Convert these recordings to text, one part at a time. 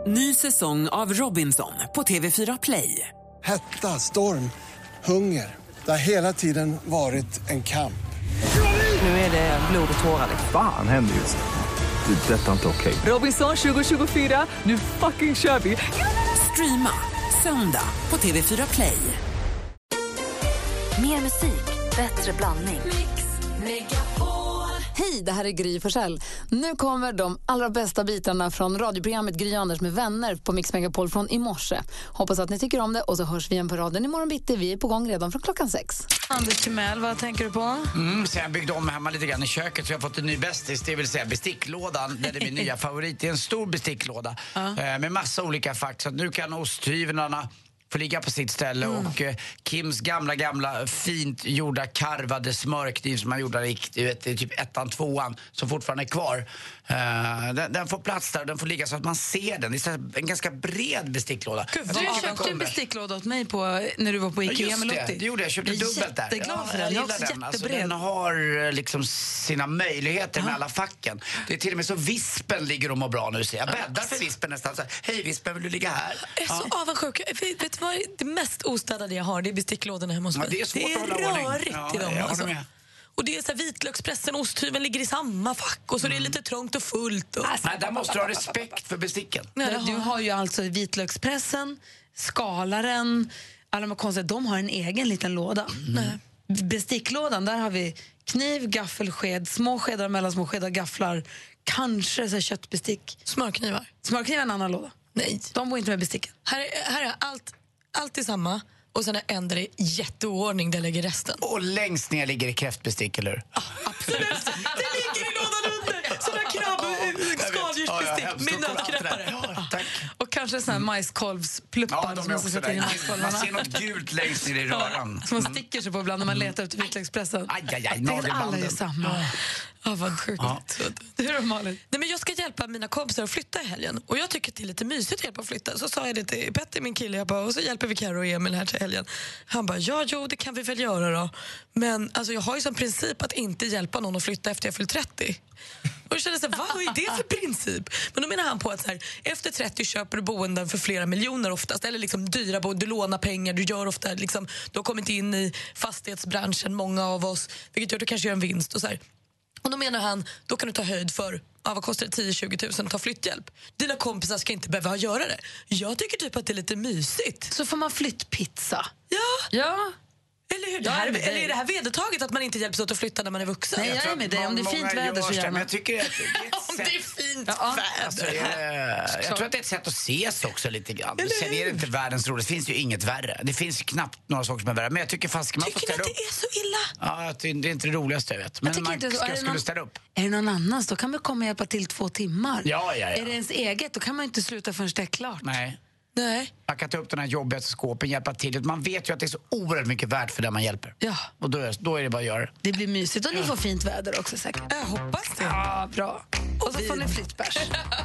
Ny säsong av Robinson på TV4 Play. Hetta, storm, hunger. Det har hela tiden varit en kamp. Nu är det blod och tårar. Fan händer just nu. Det. Detta är inte okej. Robinson 2024, nu fucking kör vi. Streama söndag på TV4 Play. Mer musik, bättre blandning. Hej, det här är Gry Forssell. Nu kommer de allra bästa bitarna från radioprogrammet Gry Anders med vänner på Mix Megapol från i morse. Hoppas att ni tycker om det och så hörs vi igen på raden imorgon bitti. Vi är på gång redan från 6:00. Anders Timell, vad tänker du på? Så jag byggde om hemma lite grann i köket så jag har fått en ny bästis, det vill säga besticklådan. Det är min nya favorit. Det är en stor besticklåda med massa olika fack. Så att nu kan osthyvlarna får ligga på sitt ställe och Kims gamla fint gjorda karvade smörkniv som man gjorde i typ 1:an, 2:an som fortfarande är kvar. Den får plats där och den får ligga så att man ser den. Det är en ganska bred besticklåda. Du köpte en besticklåda åt mig när du var på Ikea. Just det gjorde jag. Köpte dubbelt där. Jätteglad för den. Jag är också jättebred. Alltså, den har liksom sina möjligheter med alla facken. Det är till och med så vispen ligger och mår bra nu. Så jag bäddar för vispen nästan. Hej vispen, vill du ligga här? Jag är så avundsjuk. Vet du vad det mest ostädade jag har? Det är besticklådorna hemma hos mig. Det är svårt att hålla ordning. Rörigt i dem. Alltså. Och det är så här, vitlökspressen och osthyveln ligger i samma fack och så det är lite trångt och fullt. Och... Nej, där måste du ha respekt för besticken. Du har ju alltså vitlökspressen, skalaren, alla de här konstiga, de har en egen liten låda. Besticklådan, där har vi kniv, gaffel, sked, små skedar, mellansmå skedar, gafflar, kanske så här köttbestick. Smörknivar. Smörknivar är en annan låda. Nej. De går inte med besticken. Här är allt är samma. Och sen ändrar det jätteordning där lägger resten. Och längst ner ligger det kräftbestick, eller hur? Absolut. Det ligger i lådan under. Sådana skaldjursbestick med nötknäppare. Och kanske såna här majskolvspluppar som man ska sätta in i majskolvarna. Man ser något gult längst ner i röran. Som man sticker sig på ibland när man letar efter vitlökspressen. Alla gör samma. Vad sjukt. Hur är det, Malin? Nej, men jag ska hjälpa mina kompisar att flytta i helgen. Och jag tycker att det är lite mysigt att hjälpa att flytta. Så sa jag det till Petter, min kille. Jag bara, och så hjälper vi Karo och Emil här till helgen. Han bara, det kan vi väl göra då. Men alltså, jag har ju som princip att inte hjälpa någon att flytta efter jag fyllt 30. Och jag kände så här, vad är det för princip? Men då menar han på att så här, efter 30 köper du boenden för flera miljoner oftast. Eller liksom dyra boenden, du lånar pengar. Du gör ofta liksom, du har kommit in i fastighetsbranschen, många av oss. Vilket gör att du kanske gör en vinst och så här. Och då menar han, då kan du ta höjd för vad kostar det, 10-20 000, ta flytthjälp. Dina kompisar ska inte behöva göra det. Jag tycker typ att det är lite mysigt. Så får man flyttpizza. Ja. Eller hur? Eller är det här vedertaget att man inte hjälps åt att flytta när man är vuxen? Nej, jag är med dig. Om det är fint väder så gärna. Men jag tycker att det är ett om det är fint väder. Alltså, jag tror att det är ett sätt att ses också lite grann. Sen är det inte världens roligt. Det finns ju inget värre. Det finns knappt några saker som är värre. Men jag tycker fast man får ställa upp. Tycker ni att det är så illa? Ja, det är inte det roligaste jag vet. Men man skulle ställa upp. Är det någon annans, då kan man komma och hjälpa till 2 timmar. Ja. Är det ens eget, då kan man inte sluta förrän det är klart. Nej. Man kan ta upp den här jobbiga skåpen, hjälpa till. Man vet ju att det är så oerhört mycket värt för den man hjälper. Ja. Och då är det bara att göra. Det blir mysigt och ni får fint väder också säkert. Jag hoppas det. Ja, bra. Och så får ni flyttbärs.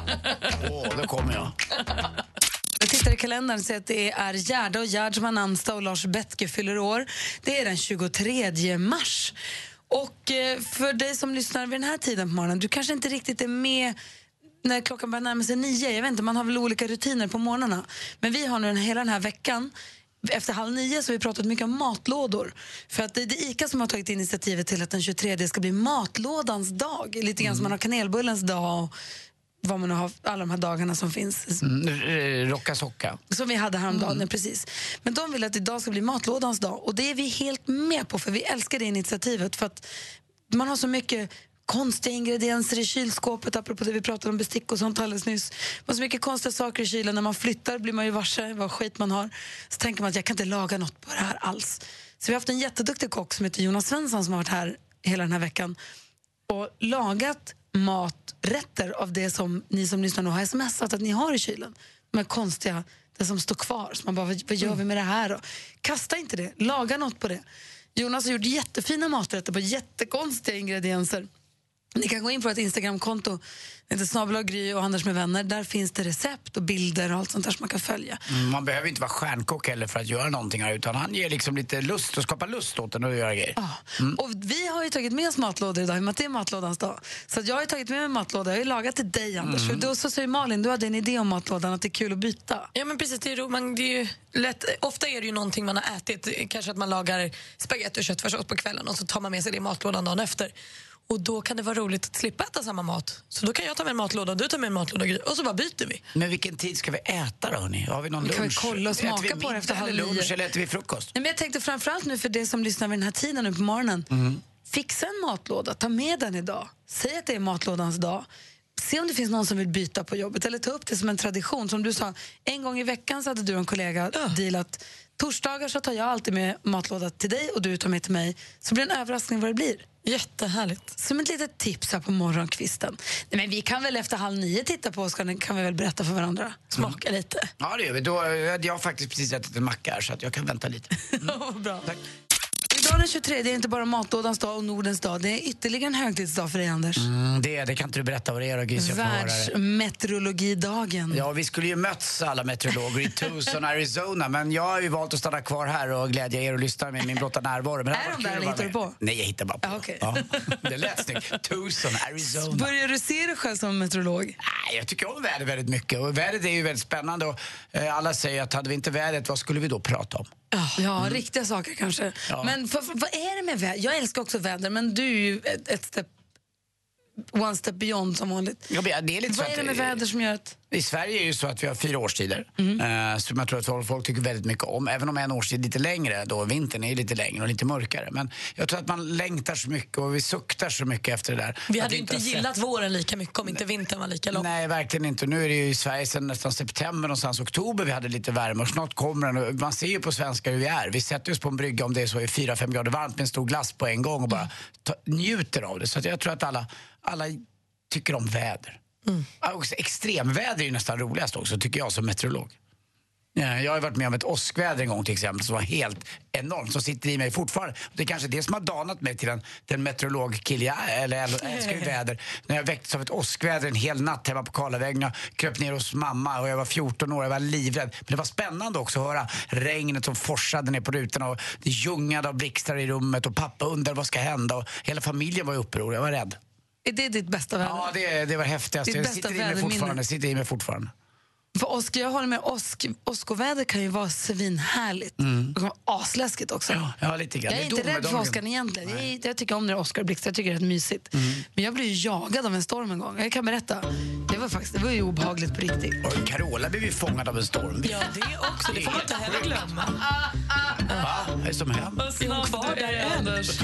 Då kommer jag. Jag tittar i kalendern och ser att det är Gerda och Gerd som har namnsdag och Lars Bettke fyller år. Det är den 23 mars. Och för dig som lyssnar vid den här tiden på morgonen, du kanske inte riktigt är med när klockan börjar närma sig 9, jag vet inte, man har väl olika rutiner på morgnarna. Men vi har nu hela den här veckan, efter 8:30 så har vi pratat mycket om matlådor. För att det är ICA som har tagit initiativet till att den 23 ska bli matlådans dag. Lite grann som man har kanelbullens dag och vad man har, alla de här dagarna som finns. Rocka socka. Som vi hade häromdagen, precis. Men de vill att idag ska bli matlådans dag. Och det är vi helt med på, för vi älskar det initiativet. För att man har så mycket konstiga ingredienser i kylskåpet, apropå det vi pratade om bestick och sånt alldeles nyss. Man har så mycket konstiga saker i kylen. När man flyttar blir man ju varse vad skit man har. Så tänker man att jag kan inte laga något på det här alls. Så vi har haft en jätteduktig kock som heter Jonas Svensson som har varit här hela den här veckan och lagat maträtter av det som ni som lyssnar nu har smsat att ni har i kylen. De här konstiga, det som står kvar. Så man bara, vad gör vi med det här? Och kasta inte det, laga något på det. Jonas har gjort jättefina maträtter på jättekonstiga ingredienser. Ni kan gå in på ett Instagramkonto, det heter Snabel-A Gry och Anders med vänner. Där finns det recept och bilder och allt sånt där som man kan följa. Man behöver inte vara stjärnkock heller för att göra någonting här, utan han ger liksom lite lust och skapar lust åt den och göra grejer. Och vi har ju tagit med oss matlådor idag, i och med att det är matlådans dag. Så att jag har ju tagit med mig matlåda, jag har ju lagat till dig, Anders. För då så säger Malin, du hade en idé om matlådan, att det är kul att byta. Ja, men precis, det är ju lätt. Ofta är det ju någonting man har ätit, kanske att man lagar spagetti och köttfärssås på kvällen och så tar man med sig det i matlådan dagen efter. Och då kan det vara roligt att slippa äta samma mat. Så då kan jag ta med en matlåda och du tar med en matlåda och så bara byter vi. Men vilken tid ska vi äta då, hörni? Har vi någon lunch? Kan vi kolla och smaka på det efter halv 9? Lunch eller äter vi frukost? Nej, men jag tänkte framförallt nu för det som lyssnar vid den här tiden nu på morgonen. Fixa en matlåda, ta med den idag. Säg att det är matlådans dag. Se om det finns någon som vill byta på jobbet eller ta upp det som en tradition. Som du sa, en gång i veckan så hade du och en kollega dealat. Torsdagar så tar jag alltid med matlåda till dig och du tar med till mig. Så blir det en överraskning vad det blir. Jättehärligt. Som ett litet tips här på morgonkvisten. Nej, men vi kan väl efter 8:30 titta på oss, kan vi väl berätta för varandra. Smaka lite. Ja, det gör vi. Jag har faktiskt precis ätit en macka här så att jag kan vänta lite. Bra. Tack. Idag den 23, det är inte bara matlådans dag och Nordens dag. Det är ytterligare en högtidsdag för dig, Anders. Det kan inte du berätta vad det är då, Gis? Världsmeteorologidagen. Ja, vi skulle ju möts alla meteorologer i Tucson, Arizona. Men jag har ju valt att stanna kvar här och glädja er och lyssna med min blotta närvaro. Men är de där eller hittar du på? Nej, jag hittar bara på. Okay. Ja, det lät snyggt. Tucson, Arizona. Börjar du se dig själv som meteorolog? Nej, jag tycker om väder väldigt mycket. Och vädret är ju väldigt spännande. Och alla säger att hade vi inte vädret, vad skulle vi då prata om? Ja, riktiga saker kanske. Ja. Men vad är det med väder? Jag älskar också väder, men du är ju one step beyond som vanligt. Ja, det är lite vad är det med väder som gör att... I Sverige är det ju så att vi har 4 årstider som jag tror att folk tycker väldigt mycket om. Även om en årstid är lite längre, då vintern är lite längre och lite mörkare. Men jag tror att man längtar så mycket och vi suktar så mycket efter det där. Vi hade inte gillat våren lika mycket om inte vintern var lika lång. Nej, verkligen inte. Nu är det ju i Sverige sedan nästan september, någonstans oktober vi hade lite värme och snart kommer den. Man ser ju på svenskar hur vi är. Vi sätter oss på en brygga om det är så i 4-5 grader varmt med en stor glass på en gång och bara njuter av det. Så att jag tror att alla tycker om väder. Extremväder är ju nästan roligast också, tycker jag som meteorolog. Ja, jag har varit med om ett åskväder en gång till exempel som var helt enormt, som sitter i mig fortfarande. Det är kanske det som har danat mig till den meteorologkille jag älskar ju väder. När jag väcktes av ett åskväder en hel natt hemma på Karlavägen, jag kröp ner hos mamma och jag var 14 år, jag var livrädd. Men det var spännande också att höra regnet som forsade ner på rutorna och det ljungade av blixtar i rummet och pappa undrade vad ska hända och hela familjen var uppror, jag var rädd. Är det ditt bästa väder? Ja, det var häftigast. Det sitter i mig fortfarande. För jag håller med, åskoväder kan ju vara svinhärligt. Det kan vara asläskigt också. Ja, lite grann. Jag är inte rädd för åskan egentligen. Jag tycker om när Oscar blixtar, jag tycker det är rätt mysigt. Men jag blev ju jagad av en storm en gång. Jag kan berätta. Det var ju obehagligt på riktigt. Och Carola blev ju fångad av en storm. Ja, det också. Det får man inte heller glömma. Det är som händer. Är hon kvar där, Anders?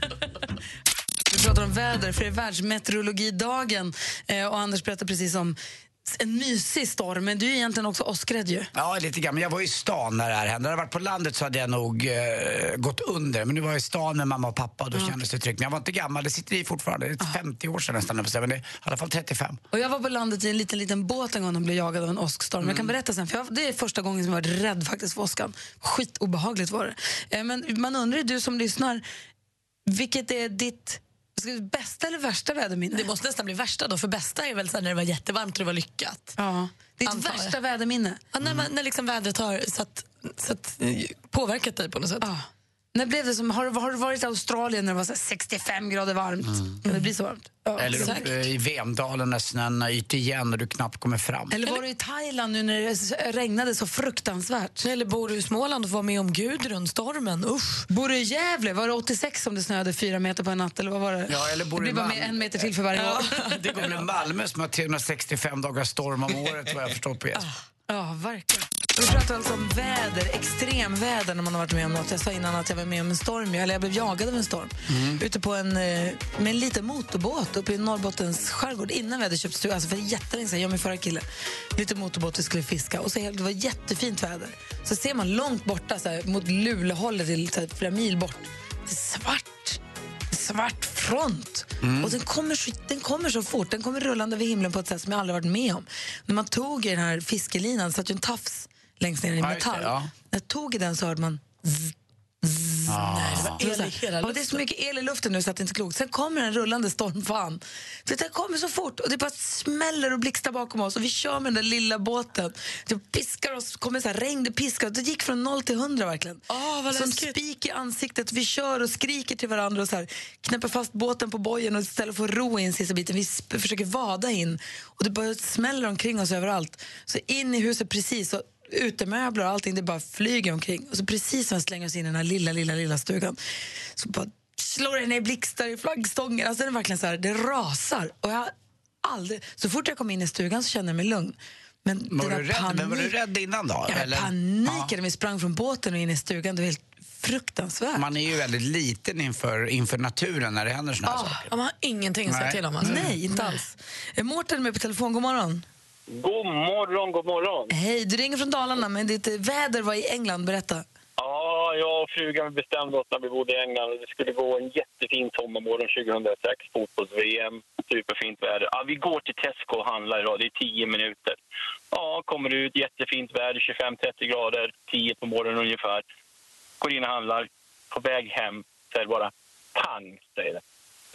Vi pratar om väder, för det är världsmeteorologidagen. Och Anders berättar precis om en mysig storm, men du är egentligen också åskrädd ju. Ja, lite grann. Men jag var i stan när det här hände. När jag varit på landet så hade jag nog gått under. Men nu var jag i stan med mamma och pappa och då kändes det tryggt. Men jag var inte gammal, det sitter i fortfarande. Det är 50 år sedan nästan, men det är i alla fall 35. Och jag var på landet i en liten båt en gång och blev jagad av en åskstorm. Jag kan berätta sen, för det är första gången som jag var rädd faktiskt för åskan. Skitobehagligt var det. Men man undrar, du som lyssnar, vilket är ditt bästa eller värsta väderminne? Det måste nästan bli värsta då, för bästa är väl så när det var jättevarmt och det var lyckat. Ja. Ditt värsta väderminne? Ja, när liksom vädret har påverkat dig på något sätt. Ja. När blev det som, har du varit i Australien när det var så 65 grader varmt? Kan det bli så varmt? Ja, eller uppe i Vemdalen när snön har yt igen och du knappt kommer fram. Eller var du i Thailand nu när det regnade så fruktansvärt? Eller bor du i Småland och var med om Gudrun-stormen? Usch. Bor du i Gävle? Var det 86 som det snöade 4 meter på en natt? Eller vad var det? Ja, eller bor det blir bara med 1 meter till för varje år. Det går med Malmö som har 365 dagars storm om året, vad jag förstått på er. Ja, verkligen. Vi pratar alltså om väder, extremväder när man har varit med om något. Jag sa innan att jag var med om en storm, eller jag blev jagad av en storm. Ute på med en liten motorbåt uppe i Norrbottens skärgård innan vi hade köpt stuga, alltså för jättelänge sedan, jag och min förra kille. Lite motorbåt, vi skulle fiska och så det var jättefint väder. Så ser man långt borta så här, mot Luleåhållet till flera mil bort. Det är svart front. Och den kommer så fort. Den kommer rullande över himlen på ett sätt som jag aldrig varit med om. När man tog i den här fiskelinan, satt ju en tafs längst ner i metall. När jag tog i den så hörde man zzz, zzz. Det var el i hela luften. Det är så mycket el i luften nu så att det inte är klokt. Sen kommer en rullande stormfan. Det kommer så fort och det bara smäller och blixtar bakom oss och vi kör med den där lilla båten. Det piskar oss, kommer så här regn, det piskar. Det gick från 0 till 100 verkligen. Som spik i ansiktet. Vi kör och skriker till varandra och så här, knäpper fast båten på bojen och istället för att ro in sista biten. Vi försöker vada in och det bara smäller omkring oss överallt. Så in i huset precis och utemöbler och allting, det bara flyger omkring. Och så precis när vi slänger oss in i den här lilla stugan så bara slår det ner blixtar i flaggstången. Alltså det är verkligen så här, det rasar. Och jag aldrig, så fort jag kom in i stugan så kände jag mig lugn. Men var du rädd innan då? Jag paniken när vi sprang från båten och in i stugan. Det var helt fruktansvärt. Man är ju väldigt liten inför naturen när det händer såna här saker. Man har ingenting att säga till om. Alltså. Nej, inte alls. Mårten med på telefon, god morgon. God morgon. Hej, du ringer från Dalarna, men ditt väder var i England, berätta. Ja, jag och frugan bestämde oss när vi bodde i England och det skulle gå en jättefin sommarmorgon 2006, fotbolls-VM, superfint väder. Ja, vi går till Tesco och handlar idag, det är 10 minuter. Ja, kommer ut, jättefint väder, 25-30 grader, 10 på morgonen ungefär. Går in och handlar, på väg hem så är det bara pang, säger det.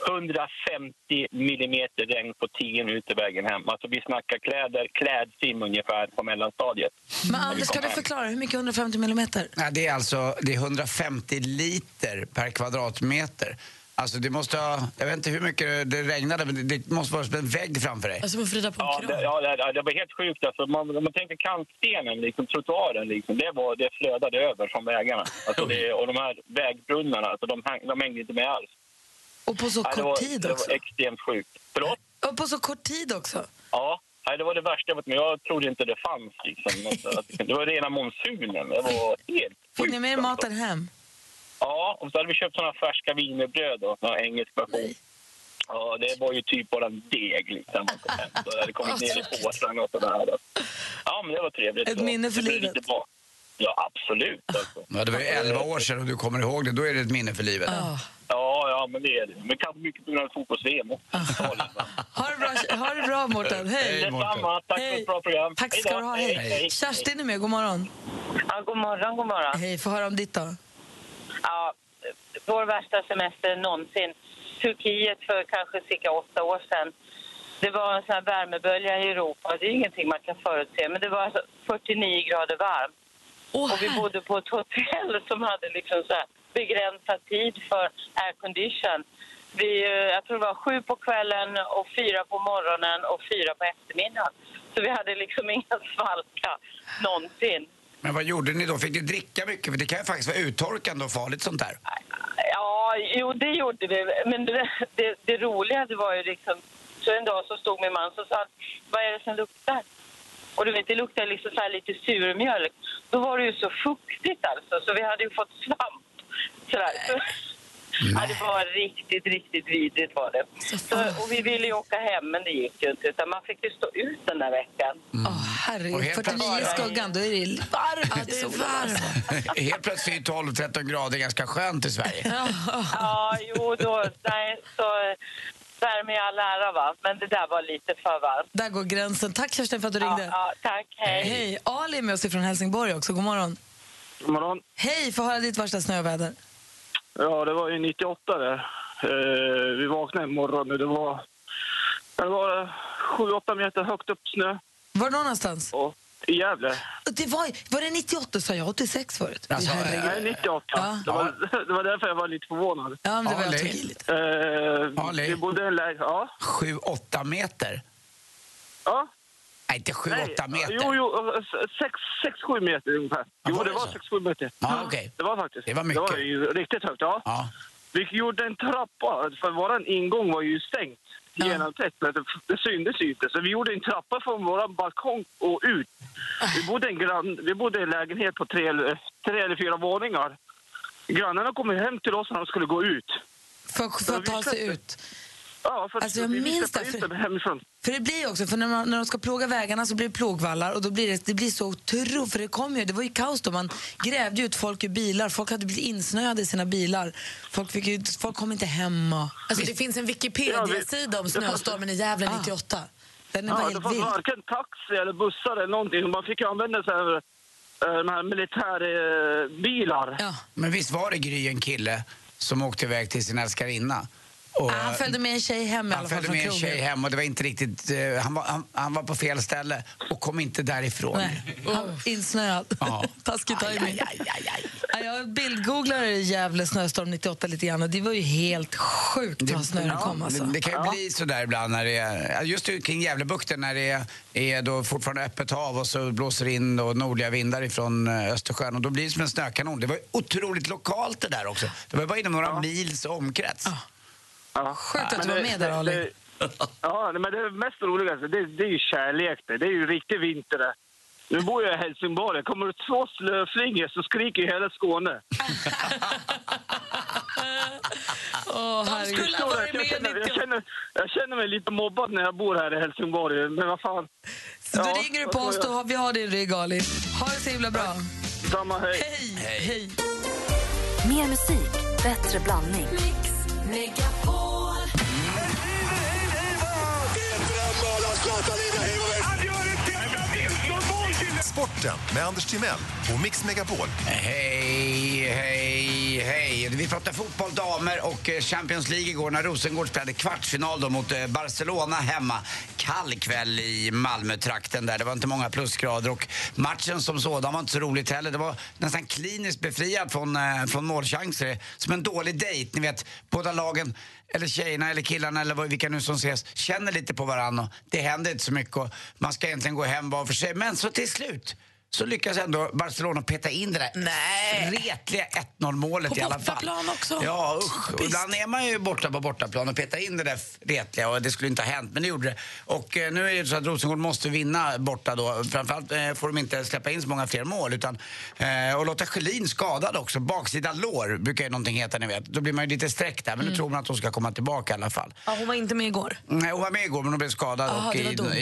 150 millimeter regn på 10 minuter vägen hem. Alltså vi snackar klädsim ungefär på mellanstadiet. Men Anders, kan du förklara hur mycket 150 millimeter? Ja, det är 150 liter per kvadratmeter. Alltså det måste ha, jag vet inte hur mycket det regnade, men det måste vara som en vägg framför dig. Alltså man får rida på en kran. Det var helt sjukt. Alltså, man tänkte kantstenen, liksom, trottoaren, liksom, det flödade över från vägarna. Alltså, och de här vägbrunnarna, alltså, de hängde inte med alls. Och på så kort tid också. Det var extremt sjukt. Förlåt? Och på så kort tid också. Ja, det var det värsta. Men jag trodde inte det fanns. Liksom. Det var rena monsunen. Det var helt sjukt. Fick ni med maten hem? Ja, och så hade vi köpt såna färska wienerbröd och såna engelsk version. Ja, det var ju typ bara en deg liksom. Så det hade kommit ner i påsarna och sådär. Ja, men det var trevligt. Ett minne för livet. Ja, absolut. Alltså. Ja, det var ju 11 år sedan och du kommer ihåg det. Då är det ett minne för livet. Ja, men det är det. Men kanske mycket på grund av fotbolls-VM. Ha det bra, Mårten. Hej. Detsamma. Tack för ett bra program. Tack ska du ha. Hej. Kerstin är med. God morgon. Ja, god morgon. Hej, få höra om ditt då. Ja, vår värsta semester någonsin. Turkiet för kanske cirka 8 år sedan. Det var en sån här värmebölja i Europa. Det är ingenting man kan förutse. Men det var alltså 49 grader varmt. Och vi bodde på ett hotell som hade liksom så här begränsad tid för aircondition. Jag tror det var 7 på kvällen och 4 på morgonen och 4 på eftermiddagen. Så vi hade liksom ingen svalka någonsin. Men vad gjorde ni då? Fick ni dricka mycket? För det kan ju faktiskt vara uttorkande och farligt sånt där. Ja, jo det gjorde vi. Men det roliga det var ju liksom... Så en dag så stod min man och sa, vad är det som luktar? Och du vet, det luktade liksom så här lite surmjölk. Då var det ju så fuktigt alltså, så vi hade ju fått svamp. Sådär. Ja, det var riktigt vidrigt var det. Och vi ville ju åka hem, men det gick ju inte. Utan man fick ju stå ut den där veckan. Herregud, 49 i skuggan, då är det varmt. Det är varmt. Helt plötsligt 12-13 grader ganska skönt i Sverige. Ja, jo då, nej, så... värme i all ära, va? Men det där var lite för varmt. Där går gränsen. Tack Kerstin för att du ringde. Ja, tack. Hej. Hej. Ali är med oss från Helsingborg också. God morgon. God morgon. Hej, få höra ditt värsta snöväder. Ja, det var ju 98 där. Vi vaknade en morgon och det var 7-8 meter högt upp snö. Var då någonstans? Och i Gävle. Var det 98? Sa jag 86 förut? Alltså, Nej, 98. Ja. Det var därför jag var lite förvånad. Ja, men det var jag Ali. tog i lite. Vi bodde en läge... Ja. 7-8 meter? Ja. Nej, inte 7-8 meter. Jo, 6-7 meter ungefär. Jo, det var 6-7 meter. Ja, okej. Det var faktiskt. Det var mycket. Det var ju riktigt högt, ja. Vi gjorde en trappa, för vår ingång var ju stängt. Genomtäckt, det syntes inte. Så vi gjorde en trappa från vår balkong och ut. Vi bodde i en lägenhet på 3 eller 4 våningar. Grannarna kom hem till oss när de skulle gå ut. För att ta sig ut? Ja, för alltså jag minns det. För det blir också, för när de ska ploga vägarna så blir det plogvallar och då blir det blir så otroligt, för det var ju kaos då, man grävde ut folk ur bilar, folk hade blivit insnöade i sina bilar, folk kom inte hem alltså det finns en Wikipedia-sida om snöstormen i Gävle 98. Den är bara helt det var varken taxi eller bussar eller någonting, man fick använda sig de här militärbilar. Ja. Men visst var det Gry en kille som åkte iväg till sin älskarinna? Och, Han följde med en tjej hem i alla fall. Han följde med en tjej hem och det var inte riktigt... Han var på fel ställe och kom inte därifrån. Nej, han insnöad. Ja. Taskig tajming. Jag bildgooglade Gävle snöstorm 98 lite grann och det var ju helt sjukt vad snön kom. Alltså. Det kan ju bli så där ibland när det är... Just kring Gävlebukten när det är då fortfarande öppet hav och så blåser in då nordliga vindar ifrån Östersjön och då blir det som en snökanon. Det var otroligt lokalt det där också. Det var bara inom några mils omkrets. Ja. Sjukt att du var med där, Ali. Ja, men det mest roligaste, det är ju kärlek. Det är ju riktig vinter det. Nu bor jag i Helsingborg. Kommer det 2 slöflingor så skriker ju hela Skåne. Skulle ha varit med jag känner mig lite mobbad när jag bor här i Helsingborg. Men vad fan. Så då ringer du på oss, då vi har din rygg, Ali. Ha det så himla bra. Samma, hej. Hej. Mer musik, bättre blandning. Sporten med Anders Timell på Mix Megapol. Hej. Vi pratar fotboll, damer och Champions League igår när Rosengård spelade kvartsfinal då mot Barcelona hemma. Kall kväll i Malmö-trakten där. Det var inte många plusgrader och matchen som sådan var inte så roligt heller. Det var nästan kliniskt befriad från målchanser. Som en dålig dejt. Ni vet, båda lagen eller tjejerna eller killarna eller vilka nu som ses känner lite på varandra. Det händer inte så mycket och man ska egentligen gå hem var för sig. Men så till slut så lyckas ändå Barcelona peta in det där retliga 1-0-målet i alla fall. På bortaplan också. Ja, usch. Och ibland är man ju borta på bortaplan och petar in det där retliga och det skulle inte ha hänt, men det gjorde det. Och nu är det så att Rosengård måste vinna borta då. Framförallt får de inte släppa in så många fler mål utan och Lotta Schelin skadad också. Baksida lår brukar ju någonting heta, ni vet. Då blir man ju lite sträckt där, men nu tror man att de ska komma tillbaka i alla fall. Ja, hon var inte med igår. Nej, hon var med igår men hon blev skadad och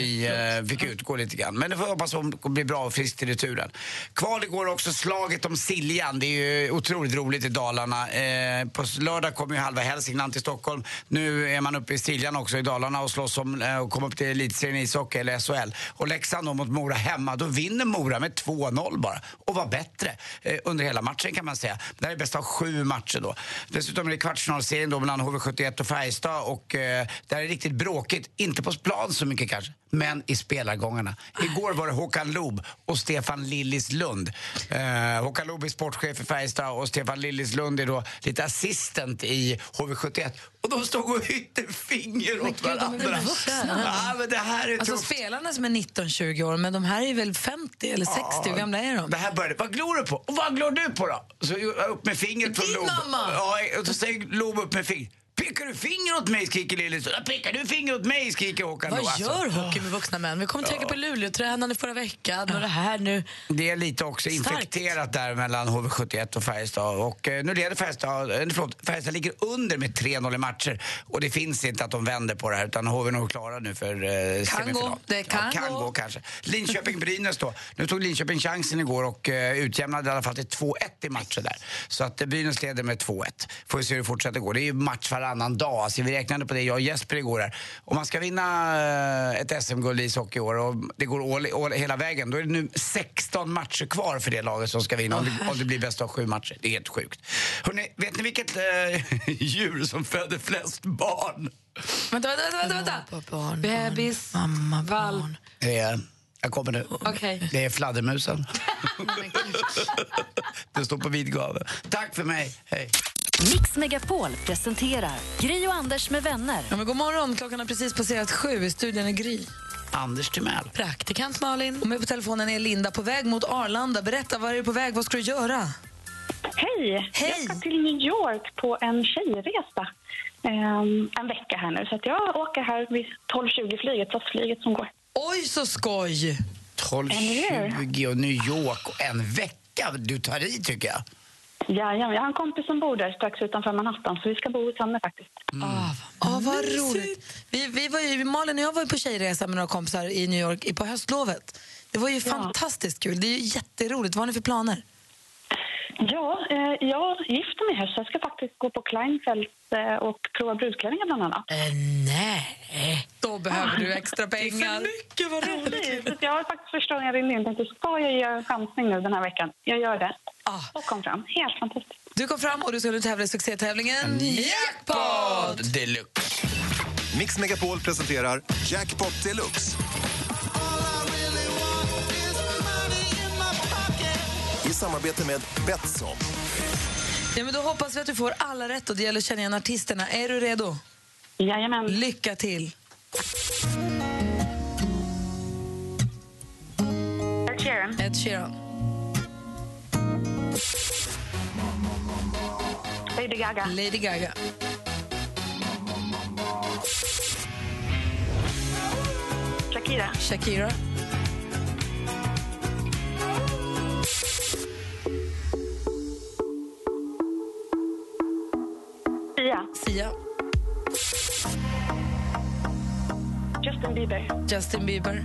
fick utgå lite grann. Men det får hoppas hon blir bra och frisk till returen. Kval igår också slaget om Siljan. Det är ju otroligt roligt i Dalarna. På lördag kommer ju halva Hälsingland till Stockholm. Nu är man uppe i Siljan också i Dalarna och slåss om och komma upp till elitserien ishockey eller SHL. Och Leksand då mot Mora hemma. Då vinner Mora med 2-0 bara. Och var bättre under hela matchen kan man säga. Det här är bäst av 7 matcher då. Dessutom är det kvartsfinalserien då mellan HV71 och Färjestad. Och där är det riktigt bråkigt. Inte på plan så mycket kanske. Men i spelargångarna. Igår var det Håkan Loob och Stefan Lillislund. Håkan Loob är sportchef för Färjestad och Stefan Lillislund är då lite assistent i HV71. Och de stod och hytte finger åt varandra. Ja, men det här är alltså spelarna som är 19-20 år, men de här är väl 50 eller 60, hur gamla är de? Det här började, vad glor du på? Och vad glor du på då? Så upp med fingret från Loob. Ja, och så säger Loob upp med fingret. Pekar du finger åt mig, skriker Lillis. Pekar du finger åt mig, skriker Håkan. Vad gör hockey med vuxna män? Vi kommer tänka på Luleå-tränaren förra veckan och det här nu. Det är lite också infekterat där mellan HV71 och Färjestad. Och nu leder Färjestad ligger under med 3-0 i matcher. Och det finns inte att de vänder på det här, utan HV är nog klara nu för semifinal. Det kan gå kanske. Linköping-Brynäs då. Nu tog Linköping chansen igår och utjämnade i alla fall till 2-1 i matcher där. Så att Brynäs leder med 2-1. Får vi se hur det fortsätter gå. Det är ju match varannan dag. Alltså, vi räknade på det, jag och Jesper igår här. Om man ska vinna ett SM-guld i ishockey i år och det går hela vägen, då är det nu 16 matcher kvar för det laget som ska vinna om det blir bäst av 7 matcher. Det är helt sjukt. Hörrni, vet ni vilket djur som föder flest barn? Vänta. Bebis, mamma, valp. Jag kommer nu. Okay. Det är fladdermusen. Det står på vidgaven. Tack för mig. Hej. Mix Megapol presenterar Gry och Anders med vänner. Ja, men god morgon, klockan har precis passerat 7 i studion är Gry. Anders Timell. Praktikant Malin. Och med på telefonen är Linda på väg mot Arlanda. Berätta, var är du på väg? Vad ska du göra? Hej! Jag ska till New York på en tjejresa en vecka här nu. Så att jag åker här vid 12:20-flyget, SAS-flyget som går. Oj, så skoj! 12:20 och New York och en vecka. Du tar i, tycker jag. Ja, jag har en kompis som bor där strax utanför Manhattan, så vi ska bo hos henne faktiskt. Vad roligt. Vi var ju, Malin och jag var ju på tjejresa med några kompisar i New York på höstlovet. Det var ju fantastiskt kul. Det är ju jätteroligt. Vad har ni för planer? Ja, jag gifter mig här så jag ska faktiskt gå på Kleinfeld och prova brudklänningar bland annat. Nej, då behöver du extra pengar. Det är för mycket, vad roligt. Så jag har faktiskt första gången jag ringde in tänkte, ska jag göra en chansning nu den här veckan? Jag gör det. Och kom fram. Helt fantastiskt. Du kom fram och du ska nu tävla i succétävlingen Jackpot Deluxe. Mix Megapol presenterar Jackpot Deluxe. I samarbete med Betsson. Ja, men då hoppas vi att du får alla rätt och det gäller att känna igen artisterna. Är du redo? Jajamän. Lycka till. Ed Sheeran. Ed Sheeran. Lady Gaga. Lady Gaga. Shakira. Shakira. Sia. Justin Bieber. Justin Bieber.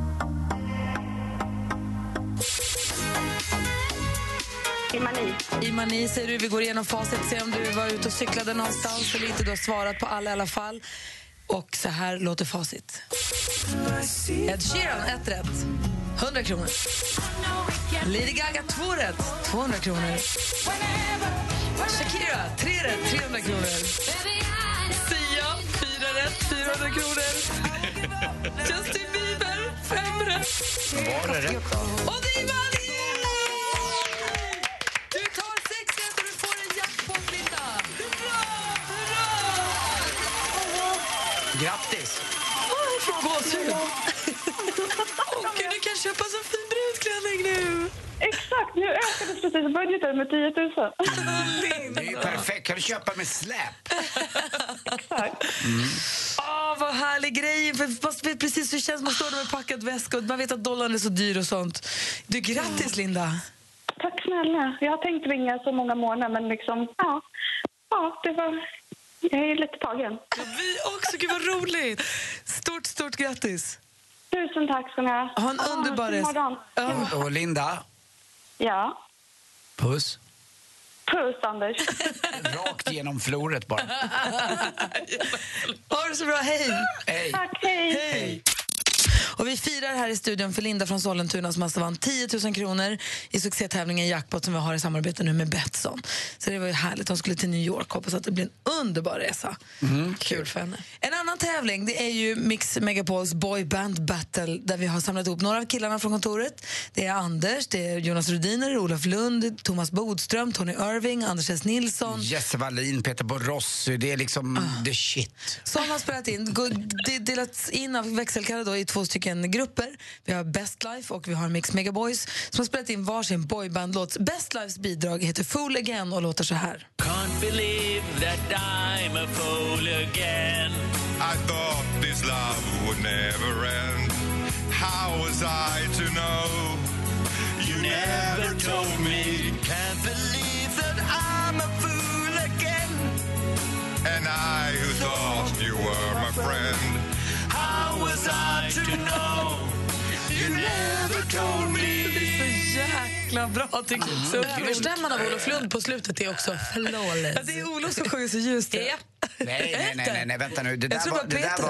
Imani säger du. Vi går igenom facit, se om du var ute och cyklade någonstans eller inte. Du har svarat på alla i alla fall. Och så här låter facit. Ed Sheeran, 1 rätt. 100 kronor. Lady Gaga, 2 rätt. 200 kronor. Shakira, 3 rätt. 300 kronor. Sia, 4 rätt. 400 kronor. Justin Bieber, 5 rätt. Var det rätt då? Och det är Imani! Du tar 6 rätt och du får en jackpot, Linda. Hurra! Grattis! Gåshud. Du kan köpa så fin brudklänning nu. Exakt, nu ökades precis budgeten med 10 000. Det är ju perfekt. Kan du köpa med släp? Exakt. Vad härlig grej. Fast precis så känns man står där med packad väska och man vet att dollarn är så dyr och sånt. Du, grattis Linda. Tack snälla. Jag har tänkt ringa så många månader men liksom, det var... Jag är lite tagen. Ja, vi också, gud vad roligt. Stort grattis. Tusen tack ska ni ha. Ha en underbar resa. Och Linda? Ja? Puss. Puss, Anders. Rakt genom floret bara. Ha det så bra, hej. Hej. Tack, hej. Hej. Och vi firar här i studion för Linda från Sollentuna som alltså vann 10 000 kronor i succétävlingen Jackpot som vi har i samarbete nu med Betsson. Så det var ju härligt. Hon skulle till New York. Hoppas att det blir en underbar resa. Kul för henne. En annan tävling det är ju Mix Megapols Boy Band Battle där vi har samlat ihop några av killarna från kontoret. Det är Anders, det är Jonas Rhodiner, Olof Lund, Thomas Bodström, Tony Irving, Anders S. Nilsson. Jesse Wallin, Peter Borossi. Det är liksom the shit. Som har spelat in, delats in av växelkalle då i 2 stycken grupper. Vi har Best Life och vi har Mix Megaboys som har spelat in varsin boybandlåt. Best Lifes bidrag heter Fool Again och låter så här. Can't believe that I'm a fool again. I thought this love would never end. How was I to know? You never told me. Can't believe that I'm a fool again. And I who thought you were my friend. How was I to know? You never told me. Det är så jäkla bra tycker jag. Så överstämman av Olof Lund på slutet är också flawless. Ja, det är Olof som sjunger så ljust. Nej, vänta nu. Det där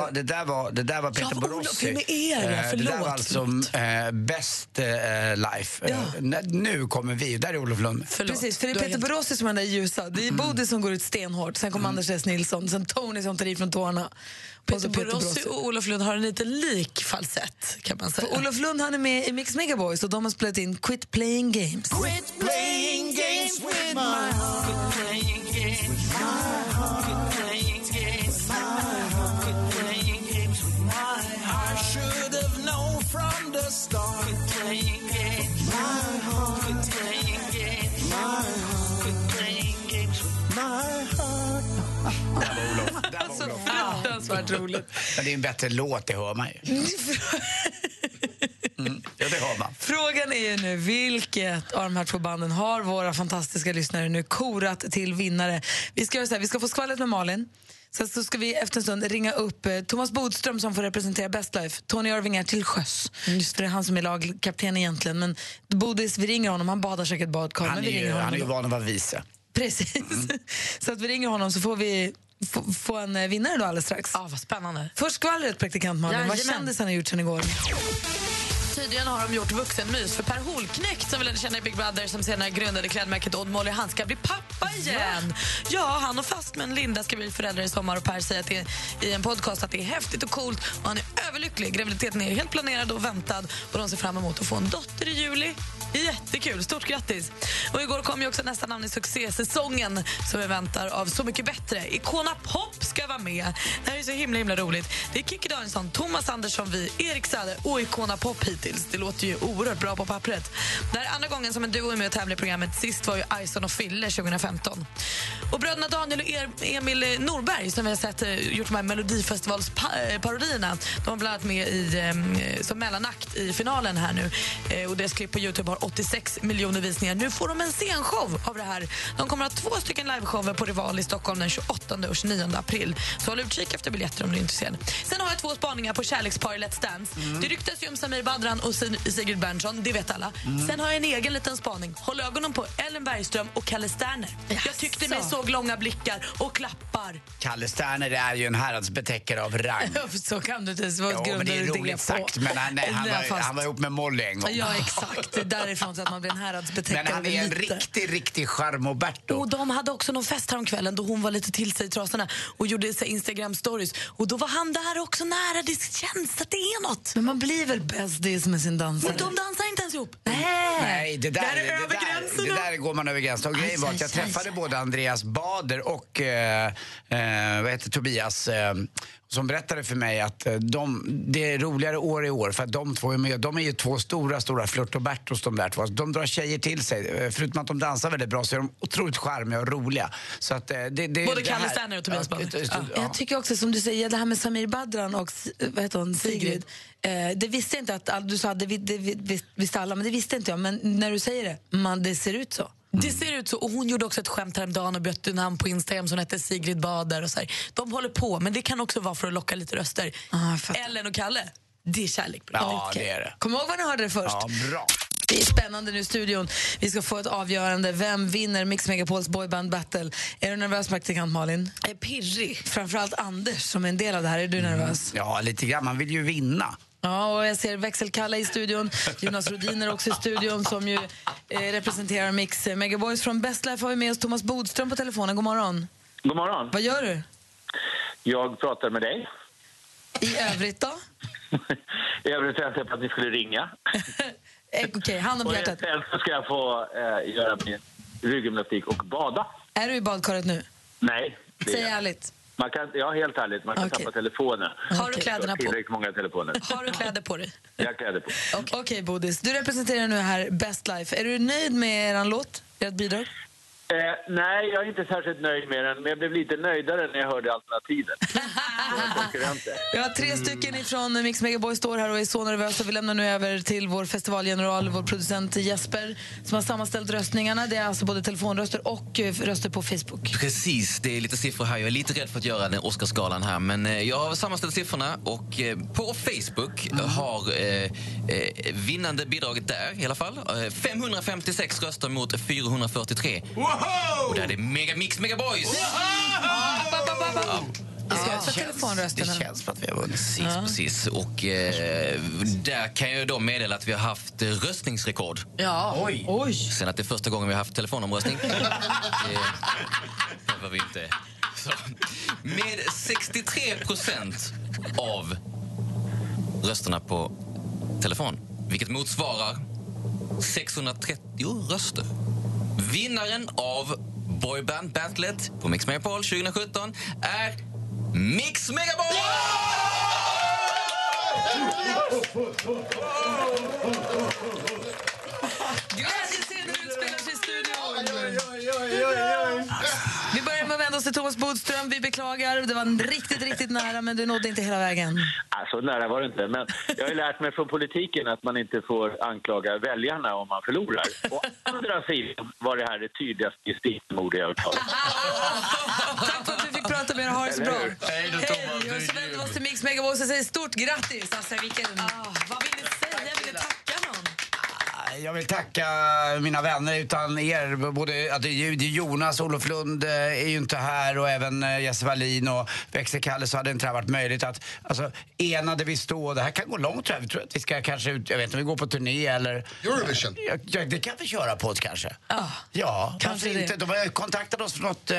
var Peter Borossi. Det där var alltså Best Life. Nu kommer vi, där är Olof Lund. Precis, för det är Peter Borossi som är den där ljusa. Det är Bodil som går ut stenhårt. Sen kommer Anders S. Nilsson. Sen Tony som tar i från tårna. Peter Borossi och Olof Lund har en lite lik falsett kan man säga. För Olof Lund han är med i Mix Megaboys och de har spelat in Quit Playing Games. Quit playing games with my heart. Quit playing games with my heart. Quit playing games with my heart. Quit playing games with my heart. I should have known from the start. Quit playing games with my heart. Quit playing games with my heart. Quit playing games with my heart. Alltså fruktansvärt roligt. Men det är en bättre låt, det hör man ju. Ja, det hör man. Frågan är ju nu, vilket av de här 2 banden har våra fantastiska lyssnare nu korat till vinnare? Vi ska göra så här, vi ska få skvallret med Malin. Så ska vi efter en stund ringa upp Thomas Bodström som får representera Best Life. Tony Irving är till sjöss. Just för det är han som är lagkapten egentligen. Men Bodis, vi ringer honom. Han badar säkert badkar. Han är ju van att vara vice. Precis. Så att vi ringer honom så får vi få en vinnare då alldeles strax. Ja, vad spännande. Först skvallret, praktikant Malin. Vad kändisarna har gjort sen igår? Tydligen har de gjort vuxenmys för Per Holknekt som vi lärde känna i Big Brother som senare grundade klädmärket Odd Molly. Han ska bli pappa igen. Ja, han och fastmän Linda ska bli föräldrar i sommar och Per säger att i en podcast att det är häftigt och coolt och han är överlycklig. Graviditeten är helt planerad och väntad och de ser fram emot att få en dotter i juli. Jättekul, stort grattis. Och igår kom ju också nästa namn i succésäsongen som vi väntar av Så mycket bättre. Icona Pop ska vara med. Det här är så himla roligt. Det är Kikki Danielsson, Thomas Andersson, Erik Saade och Icona Pop hittills. Det låter ju oerhört bra på pappret. Det här är andra gången som en duo är med och tävlar i programmet. Sist var ju Ison och Fille 2015. Och bröderna Daniel och Emil Norberg som vi har sett gjort de här Melodifestivalsparodierna. De var bland annat med som mellanakt i finalen här nu. Och deras klipp på YouTube har 86 miljoner visningar. Nu får de en scenshow av det här. De kommer att ha 2 stycken liveshower på Rival i Stockholm den 28 och 29 april. Så håll utkik efter biljetter om du är intresserad. Sen har jag 2 spaningar på kärlekspar i Let's Dance. Det ryktas ju om Samir Badran och Sigrid Bernson, det vet alla. Sen har jag en egen liten spaning. Håll ögonen på Ellen Bergström och Kalle Sterner. Jag tyckte mig såg långa blickar och klappar. Kalle Sterner är ju en häradsbetäckare av rang. Så kan du inte svara. Ja, men det är roligt sagt. Men han var ihop med Molly en gång. Ja, exakt. Därifrån så att man blir en häradsbetäckare. Men han är en riktig charmoberto. Och de hade också någon fest häromkvällen då hon var lite till sig i trasorna och gjorde sig Instagram-stories. Och då var han där också nära. Det känns att det är något. Men man blir väl bäst med sin dansare? Och de dansar inte ens ihop. Nej, det där går man över gränsen. Och grejen var att jag träffade både Andreas Bader och Tobias som berättade för mig att det är roligare år i år för att de två är med. De är ju 2 stora flirtobertos de där 2. De drar tjejer till sig. Förutom att de dansar väldigt bra så är de otroligt charmiga och roliga. Så att både Kalle Sterner och Tobias Bader. Ja. Jag tycker också som du säger det här med Samir Badran och Sigrid. Det visste jag inte att du sa det visste alla men det visste inte jag. Men när du säger det ser ut så. Det ser ut så. Och hon gjorde också ett skämt häromdagen och bytte namn på Instagram som hette Sigrid Bader och så här. De håller på, men det kan också vara för att locka lite röster. Ellen och Kalle, det är kärlek. Ja, det är det. Kom ihåg vad ni hörde det först. Ja, bra. Det är spännande nu i studion. Vi ska få ett avgörande. Vem vinner Mix Megapols boyband battle? Är du nervös, praktikant Malin? Jag är pirrig. Framförallt Anders som är en del av det här. Är du nervös? Ja, lite grann. Man vill ju vinna. Ja, och jag ser Växelkalla i studion. Jonas Rodiner också i studion som ju representerar Mix Megaboys. Från Best Life har vi med oss Thomas Bodström på telefonen. God morgon. God morgon. Vad gör du? Jag pratar med dig. I övrigt då? I övrigt väntar jag på att ni skulle ringa. Okej, hand om hjärtat. Sen så ska jag få göra min rygggymnastik och bada. Är du i badkaret nu? Nej. Säg ärligt. Helt ärligt. Man kan tappa telefonen. Har du kläderna på? Tillräckligt många telefoner. Har du kläder på dig? Jag har kläder på. Okej, Bodis. Du representerar nu här Best Life. Är du nöjd med eran låt? Ert bidrag? Nej, jag är inte särskilt nöjd med den. Men jag blev lite nöjdare när jag hörde alternativen. Vi har 3 stycken ifrån Mix Megaboy står här och är så nervösa. Vi lämnar nu över till vår festivalgeneral, vår producent Jesper som har sammanställt röstningarna. Det är alltså både telefonröster och röster på Facebook. Precis, det är lite siffror här. Jag är lite rädd för att göra den Oscarsgalan här. Men jag har sammanställt siffrorna och på Facebook har vinnande bidraget där i alla fall. 556 röster mot 443. Och där är det Mix Megaboys. Det känns för att vi har vunnit. Precis. Och där kan jag då meddela att vi har haft röstningsrekord. Ja. Oj. Sen att det är första gången vi har haft telefonomröstning. Det var vi inte. Så. Med 63% av rösterna på telefon, vilket motsvarar 630 röster. Vinnaren av Boyband Battlet på Mix Megapol 2017 är Mix Megapol! Glädjescenen utspelar sig i studion. Vi börjar med att vända oss till Thomas Bodström. Vi beklagar, det var riktigt nära, men du nådde inte hela vägen. Så nära var det inte, men jag har ju lärt mig från politiken att man inte får anklaga väljarna om man förlorar. Å andra sidan var det här det tydligaste justitiemål jag har hört talas om. Tack för att vi fick prata med er, ha det så bra. Hej då, Thomas. Hej, och så vänder vi oss till Mix Megaboys och säger stort grattis. Alltså, vilken... vad vill ni säga? Vill ni tacka någon? Jag vill tacka mina vänner. Utan er, både det är Jonas, Olof Lund är ju inte här, och även Jesse Wallin och Växelkalle, så hade det inte varit möjligt att enade vi stå. Det här kan gå långt, tror jag. Vi tror att vi ska kanske ut, jag vet inte om vi går på turné eller Eurovision. Ja, det kan vi köra på ett kanske. Ja, kanske inte. De har kontaktat oss från något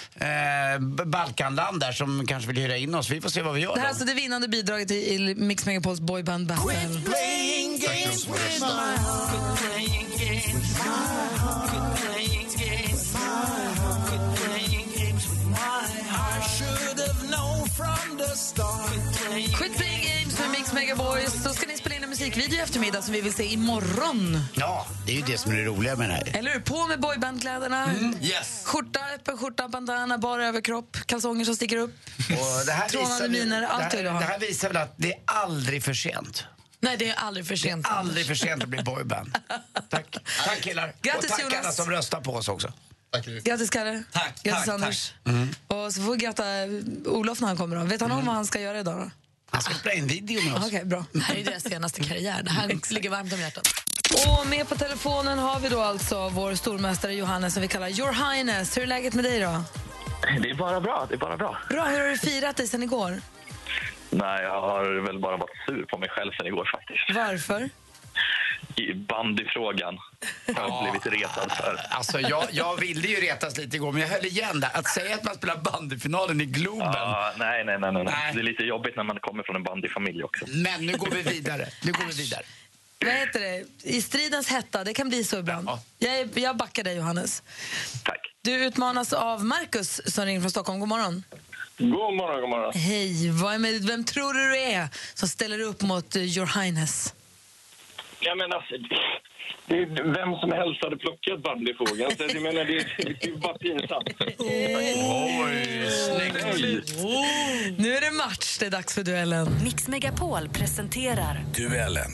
Balkanland där som kanske vill hyra in oss. Vi får se vad vi gör. Det här är alltså det vinnande bidraget i Mix Megapols boyband battle. Quit playing games with my heart. Quit playing games with my heart. Quit playing games with my heart. Quit playing games with my heart. I should have known from the start. Quit playing games med Mix Megaboys. Så ska ni spela in en musikvideo i eftermiddag som vi vill se imorgon. Ja, det är ju det som är det roliga med det här. Eller hur? På med boybandkläderna. Yes. Skjorta, öppen skjorta, bandana, bara överkropp, kalsonger som sticker upp. Och det här trånade miner, allt det här visar väl att det är aldrig för sent. Nej, det är aldrig för sent. Det är aldrig för sent att bli boyband. Tack killar. Grattis, och tack Jonas. alla som röstar på oss också. Grattis Kalle. Grattis Anders. Och så får vi gratta Olof när han kommer då. Vet han om vad han ska göra idag då? Han ska spela in video med oss. Okej, bra. Det här är deras senaste karriär. Det här ligger varmt om hjärtat. Och med på telefonen har vi då alltså vår stormästare Johannes som vi kallar Your Highness. Hur är läget med dig då? Det är bara bra, Bra, hur har du firat dig sen igår? Nej, jag har väl bara varit sur på mig själv sen igår faktiskt. Varför? I bandyfrågan har jag blivit retad för. Alltså jag ville ju retas lite igår, men jag höll igen där. Att säga att man spelar bandyfinalen i Globen. Nej. Det är lite jobbigt när man kommer från en bandyfamilj också. Men nu går vi vidare. Vad heter det? I stridens hetta, det kan bli så ibland. Jag backar dig Johannes. Tack. Du utmanas av Marcus som ringer från Stockholm. God morgon. God morgon. Hej, vem tror du är som ställer upp mot Your Highness? Ja, men alltså, det är vem som helst hade plockat bandyfrågan. Så jag menar, det är bara pinsamt. Oj, snyggt. Nu är det match, det är dags för duellen. Mix Megapol presenterar Duellen.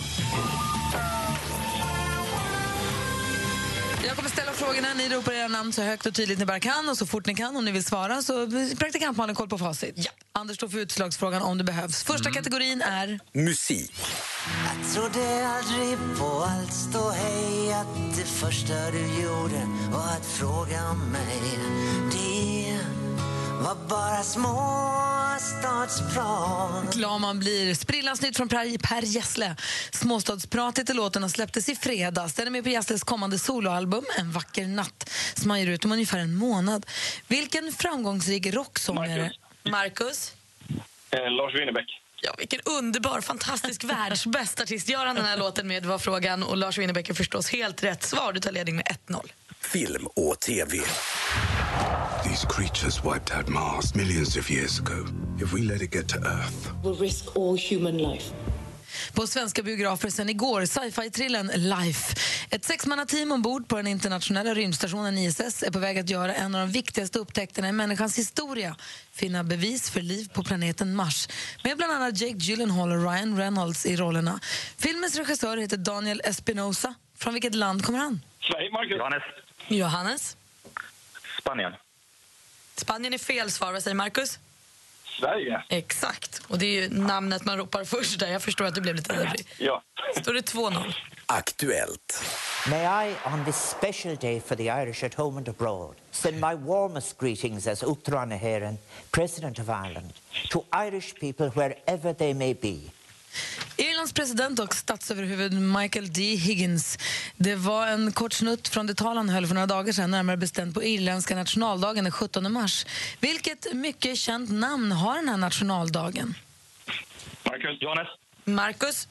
Jag kommer ställa frågorna, ni ropar era namn så högt och tydligt ni bara kan och så fort ni kan. Om ni vill svara så praktikant Malin koll på facit. Ja. Anders står för utslagsfrågan om det behövs. Första kategorin är Musik. Jag trodde aldrig på allt stå hej, att det första du gjorde var att fråga om mig. Det var bara småstadsprat. glad man blir. Sprillans nytt från Per Gessle. Småstadspratet i låten och släpptes i fredags. Den är med på Gessles kommande soloalbum En vacker natt som han ger ut om ungefär en månad. Vilken framgångsrik rocksångare? Marcus? Lars Winnerbäck. Ja, vilken underbar, fantastisk världsbästa artist gör han den här låten med, var frågan. Och Lars Winnerbäck är förstås helt rätt svar. Du tar ledning med 1-0. Film och TV. These creatures wiped out Mars millions of years ago. If we let it get to Earth, we'll risk all human life. På svenska biografer sen igår, sci-fi-trillen Life. Ett sexmannateam ombord på den internationella rymdstationen ISS är på väg att göra en av de viktigaste upptäckterna i människans historia. Finna bevis för liv på planeten Mars. Med bland annat Jake Gyllenhaal och Ryan Reynolds i rollerna. Filmens regissör heter Daniel Espinosa. Från vilket land kommer han? Sverige, Marcus. Johannes? Spanien. Spanien är fel svar. Vad säger Marcus? Sverige. Exakt. Och det är ju namnet man ropar först där. Jag förstår att du blev lite ivrig. Ja. Står det 2-0. Aktuellt. May I, on this special day for the Irish at home and abroad, send my warmest greetings as Uachtaráin Ó HÉireann, President of Ireland, to Irish people wherever they may be. Irlands president och statsöverhuvud Michael D. Higgins. Det var en kort snutt från det tal han höll för några dagar sedan, närmare bestämt på irländska nationaldagen den 17 mars. Vilket mycket känt namn har den här nationaldagen? Marcus. Johannes. Marcus.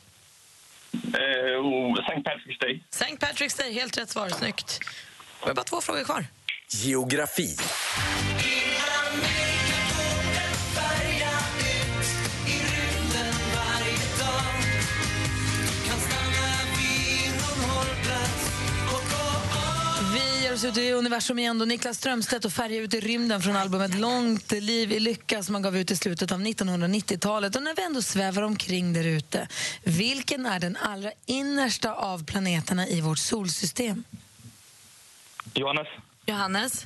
St. Patrick's Day. St. Patrick's Day, helt rätt svar. Snyggt. Det är bara 2 frågor kvar. Geografi. Vi ger oss ut i universum igen då Niklas Strömstedt och Färja ut i rymden från albumet Långt liv i lycka som man gav ut i slutet av 1990-talet. Och när vi ändå svävar omkring där ute, vilken är den allra innersta av planeterna i vårt solsystem? Johannes.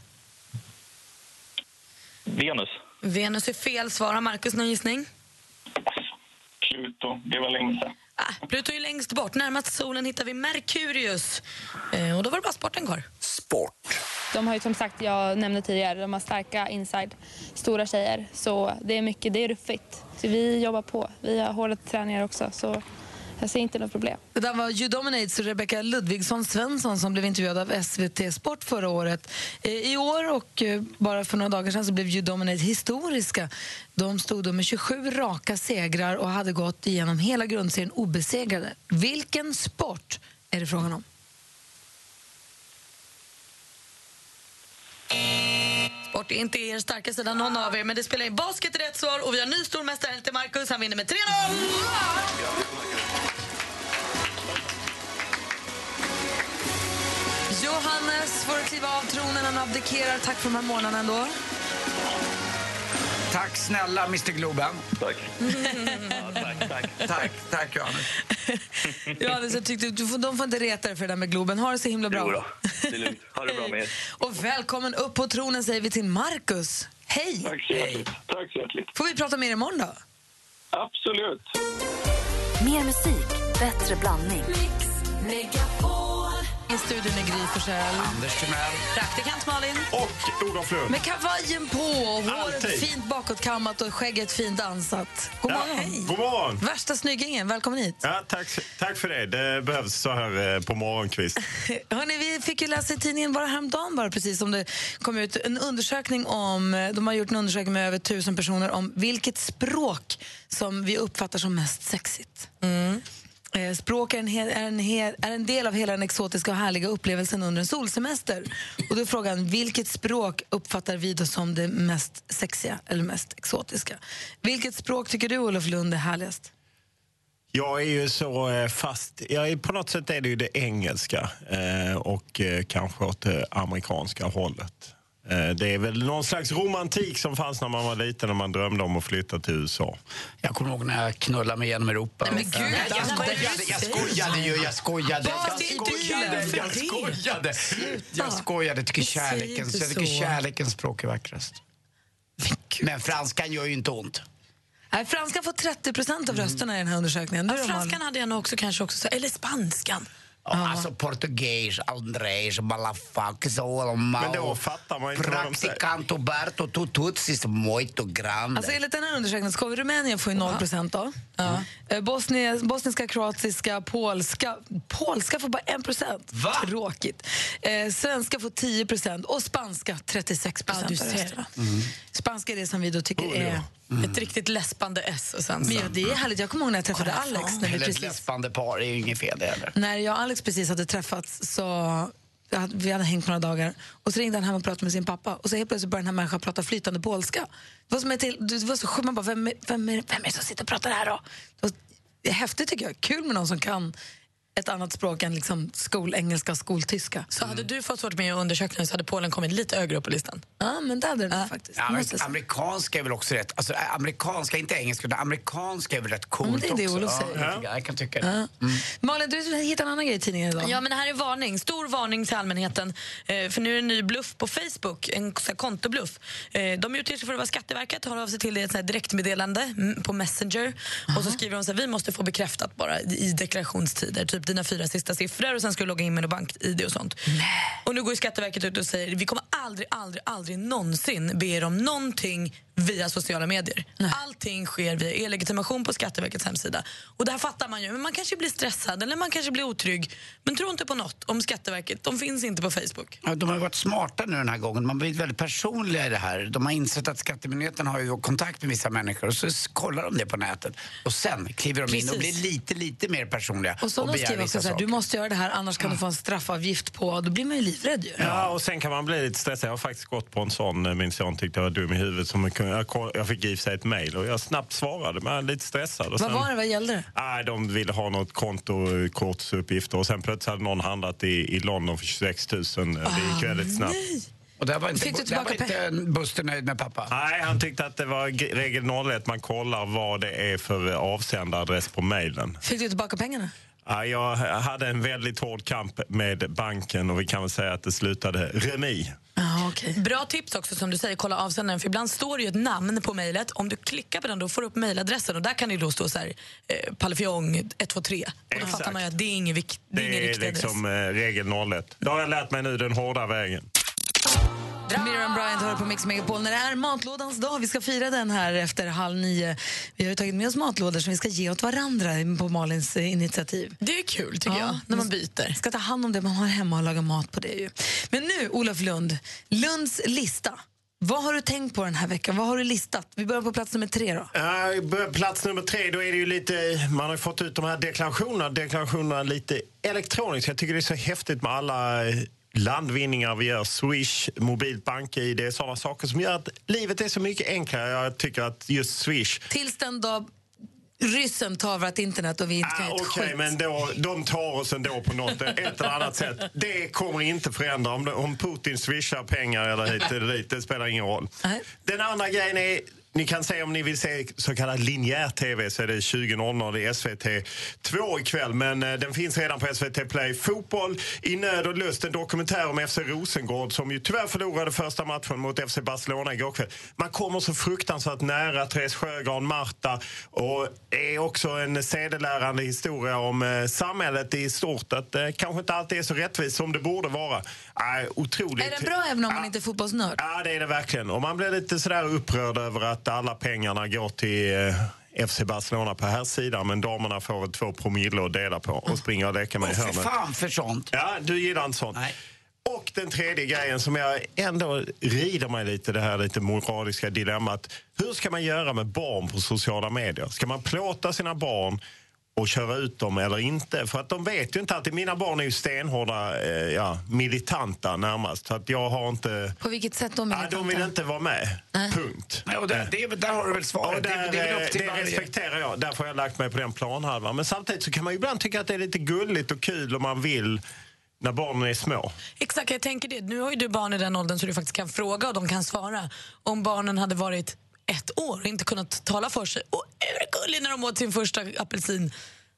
Venus. Venus är fel. Svara Marcus, någon gissning? Pluto. Det var länge sedan. Pluto är längst bort. Närmast solen hittar vi Merkurius. Och då var det bara sporten kvar. Sport. De har ju som sagt, jag nämnde tidigare, de har starka inside, stora tjejer. Så det är mycket, det är ruffigt. Så vi jobbar på. Vi har hårda träningar också, så jag ser inte något problem. Det där var You Dominates och Rebecca Ludvigsson Svensson som blev intervjuad av SVT Sport förra året. I år och bara för några dagar sedan så blev You Dominate historiska. De stod då med 27 raka segrar och hade gått igenom hela grundserien obesegrade. Vilken sport är det frågan om? Sport är inte er starka sida, någon av er, men det spelar in. Basket är rätt svar och vi har ny stormästare till Marcus. Han vinner med 3-0. Johannes får kliva av tronen, han abdikerar. Tack för de här månaderna ändå. Tack snälla Mr. Globen. Tack. Tack Johannes. Johannes, jag tyckte de får inte reta dig för det där med Globen. Ha det så himla bra. Jo då, det är lugnt. Ha det bra med er. Och välkommen upp på tronen säger vi till Marcus. Hej! Tack så hjärtligt. Tack så hjärtligt. Får vi prata mer imorgon då? Absolut. Mer musik, bättre blandning. I studion är Gry Forssell. Anders Timell. Praktikant Malin. Och Olof Lund. Med kavajen på, håret Alltid. fint bakåtkammat och skägget fint ansat. God morgon. Hej. God morgon. Värsta snyggingen, välkommen hit. Ja, tack för det. Det behövs så här på morgonkvist. Hörrni, vi fick ju läsa i tidningen bara häromdagen bara precis som det kom ut en undersökning om, de har gjort en undersökning med över 1000 personer om vilket språk som vi uppfattar som mest sexigt. Språk är en del av hela den exotiska och härliga upplevelsen under en solsemester. Och då är frågan, vilket språk uppfattar vi då som det mest sexiga eller mest exotiska? Vilket språk tycker du, Olof Lund, är härligast? Jag är ju så fast. På något sätt är det ju det engelska och kanske åt det amerikanska hållet. Det är väl någon slags romantik som fanns när man var liten och man drömde om att flytta till USA. Jag kommer ihåg när jag knullade mig genom Europa. Nej, men gud, jag skojade. Jag tycker kärlekens språk är vackrast. Men franskan gör ju inte ont. Nej, franskan får 30% av rösterna i den här undersökningen. Ja, franskan hade jag nog också, eller spanskan. Alltså portugis, Andrés, balafak, så men då fattar man inte praktikanto Berto tututsis muito grande. Alltså enligt den här undersökningen ska vi Rumänien få 0% då. Bosniska, kroatiska, polska får bara 1%. Va? Tråkigt. Svenska får 10% och spanska 36% av rösterna. Spanska är det som vi då tycker är ett riktigt läspande S och sen. Men ja, det är härligt. Jag kommer ihåg när jag träffade Alex när vi Eller ett precis läspande par, det är ju inget fel det heller. när jag och Alex precis hade träffats så vi hade hängt några dagar och så ringde han hem och pratade med sin pappa och så helt plötsligt började den här människan prata flytande polska. Det var som det var så sjukt, man bara vem är det som sitter och pratar här då? Det är häftigt tycker jag, kul med någon som kan ett annat språk än liksom skolengelska, skoltyska. Så hade du fått svårt med undersökningen så hade Polen kommit lite högre upp på listan. Ja, men det hade det faktiskt. Ja, men amerikanska är väl också rätt. Alltså amerikanska, inte engelska, utan amerikanska är väl rätt coolt också. Det är det Olof säger. Jag kan tycka det. Malin, du hittade en annan grej i tidningen idag. Ja, men det här är varning. Stor varning till allmänheten. För nu är det en ny bluff på Facebook. En kontobluff. De utger sig för att vara Skatteverket. Har av sig till det ett direktmeddelande på Messenger. Och så skriver de så här, vi måste få bekräftat bara i deklarationstider. Typ dina 4 sista siffror och sen ska du logga in med bank-ID och sånt. Och nu går Skatteverket ut och säger, vi kommer aldrig någonsin be er om någonting via sociala medier. Allting sker via e-legitimation på Skatteverkets hemsida. Och det här fattar man ju, men man kanske blir stressad eller man kanske blir otrygg. Men tro inte på något om Skatteverket, de finns inte på Facebook. Ja, de har varit smarta nu den här gången. Man blir väldigt personliga i det här. De har insett att Skattemyndigheten har ju kontakt med vissa människor och så kollar de det på nätet. Och sen kliver de in och blir lite mer personliga. Och så de skriver också så här, du måste göra det här annars kan du få en straffavgift på. Då blir man ju livrädd ju. Ja, och sen kan man bli lite stressad. Jag har faktiskt gått på en sån, min son tyckte jag var dum i huvudet, som Jag fick i sig ett mejl och jag snabbt svarade, men jag är lite stressad. Och vad var det? Vad gällde det? Nej, de ville ha något kontokortsuppgifter och sen plötsligt hade någon handlat i London för 26 000. Det gick väldigt snabbt. Nej. Och där var inte Buster nöjd med pappa? Nej, han tyckte att det var regel 01. Man kollar vad det är för avsändaradress på mejlen. Fick du tillbaka pengarna? Ja, jag hade en väldigt hård kamp med banken och vi kan väl säga att det slutade remis. Okay. Bra tips också som du säger, kolla avsändaren, för ibland står det ju ett namn på mejlet. Om du klickar på den då får du upp mejladressen och där kan det då stå så här Palifjong 123 och då fattar man ju att det är ingen riktig adress. Det är liksom regel 01. Det har jag lärt mig nu, den hårda vägen. Miriam Bryant hör på Mix Megapol när det är matlådans dag. Vi ska fira den här efter 8:30. Vi har ju tagit med oss matlådor som vi ska ge åt varandra på Malins initiativ. Det är kul tycker jag, när man byter. Ska ta hand om det man har hemma och laga mat på det ju. Men nu, Olof Lund, Lunds lista. Vad har du tänkt på den här veckan? Vad har du listat? Vi börjar på plats nummer 3 då. Plats nummer 3, då är det ju lite... Man har fått ut de här deklarationerna lite elektroniskt. Jag tycker det är så häftigt med alla... landvinningar vi gör, Swish, mobilt bank-ID, det är sådana saker som gör att livet är så mycket enklare. Jag tycker att just Swish... Tills den dag ryssen tar vårt internet och vi inte kan Okej, men de tar oss ändå på något ett eller annat sätt. Det kommer inte förändra om Putin swishar pengar eller hit eller dit. Det spelar ingen roll. Den andra grejen är... Ni kan se om ni vill se så kallad linjär tv så är det 20.00 i SVT 2 ikväll. Men den finns redan på SVT Play. Fotboll i nöd och lust. En dokumentär om FC Rosengård som ju tyvärr förlorade första matchen mot FC Barcelona igår kväll. Man kommer så fruktansvärt nära Therese Sjögran, Marta och är också en sedelärande historia om samhället i stort. Att det kanske inte alltid är så rättvist som det borde vara. Otroligt. Är det bra även om man inte är fotbollsnörd? Ja, det är det verkligen. Och man blir lite sådär upprörd över att alla pengarna går till FC Barcelona på här sidan, men damerna får väl 2 promille att dela på och springa och leka med i hörnet. Fan för sånt. Ja, du gillar inte sånt. Nej. Och den tredje grejen som jag ändå rider mig lite, det här lite moraliska dilemmat. Hur ska man göra med barn på sociala medier? Ska man plåta sina barn och köra ut dem eller inte? För att de vet ju inte att mina barn är ju stenhårda, militanta närmast. Så att jag har inte... På vilket sätt de militanta? De vill inte vara med. Punkt. Nej, och där har du väl svaret. Det respekterar jag. Därför har jag lagt mig på den planhalvan. Men samtidigt så kan man ju ibland tycka att det är lite gulligt och kul om man vill när barnen är små. Exakt, jag tänker det. Nu har ju du barn i den åldern så du faktiskt kan fråga och de kan svara. Om barnen hade varit 1 år och inte kunnat tala för sig och är gullig när de åt sin första apelsin.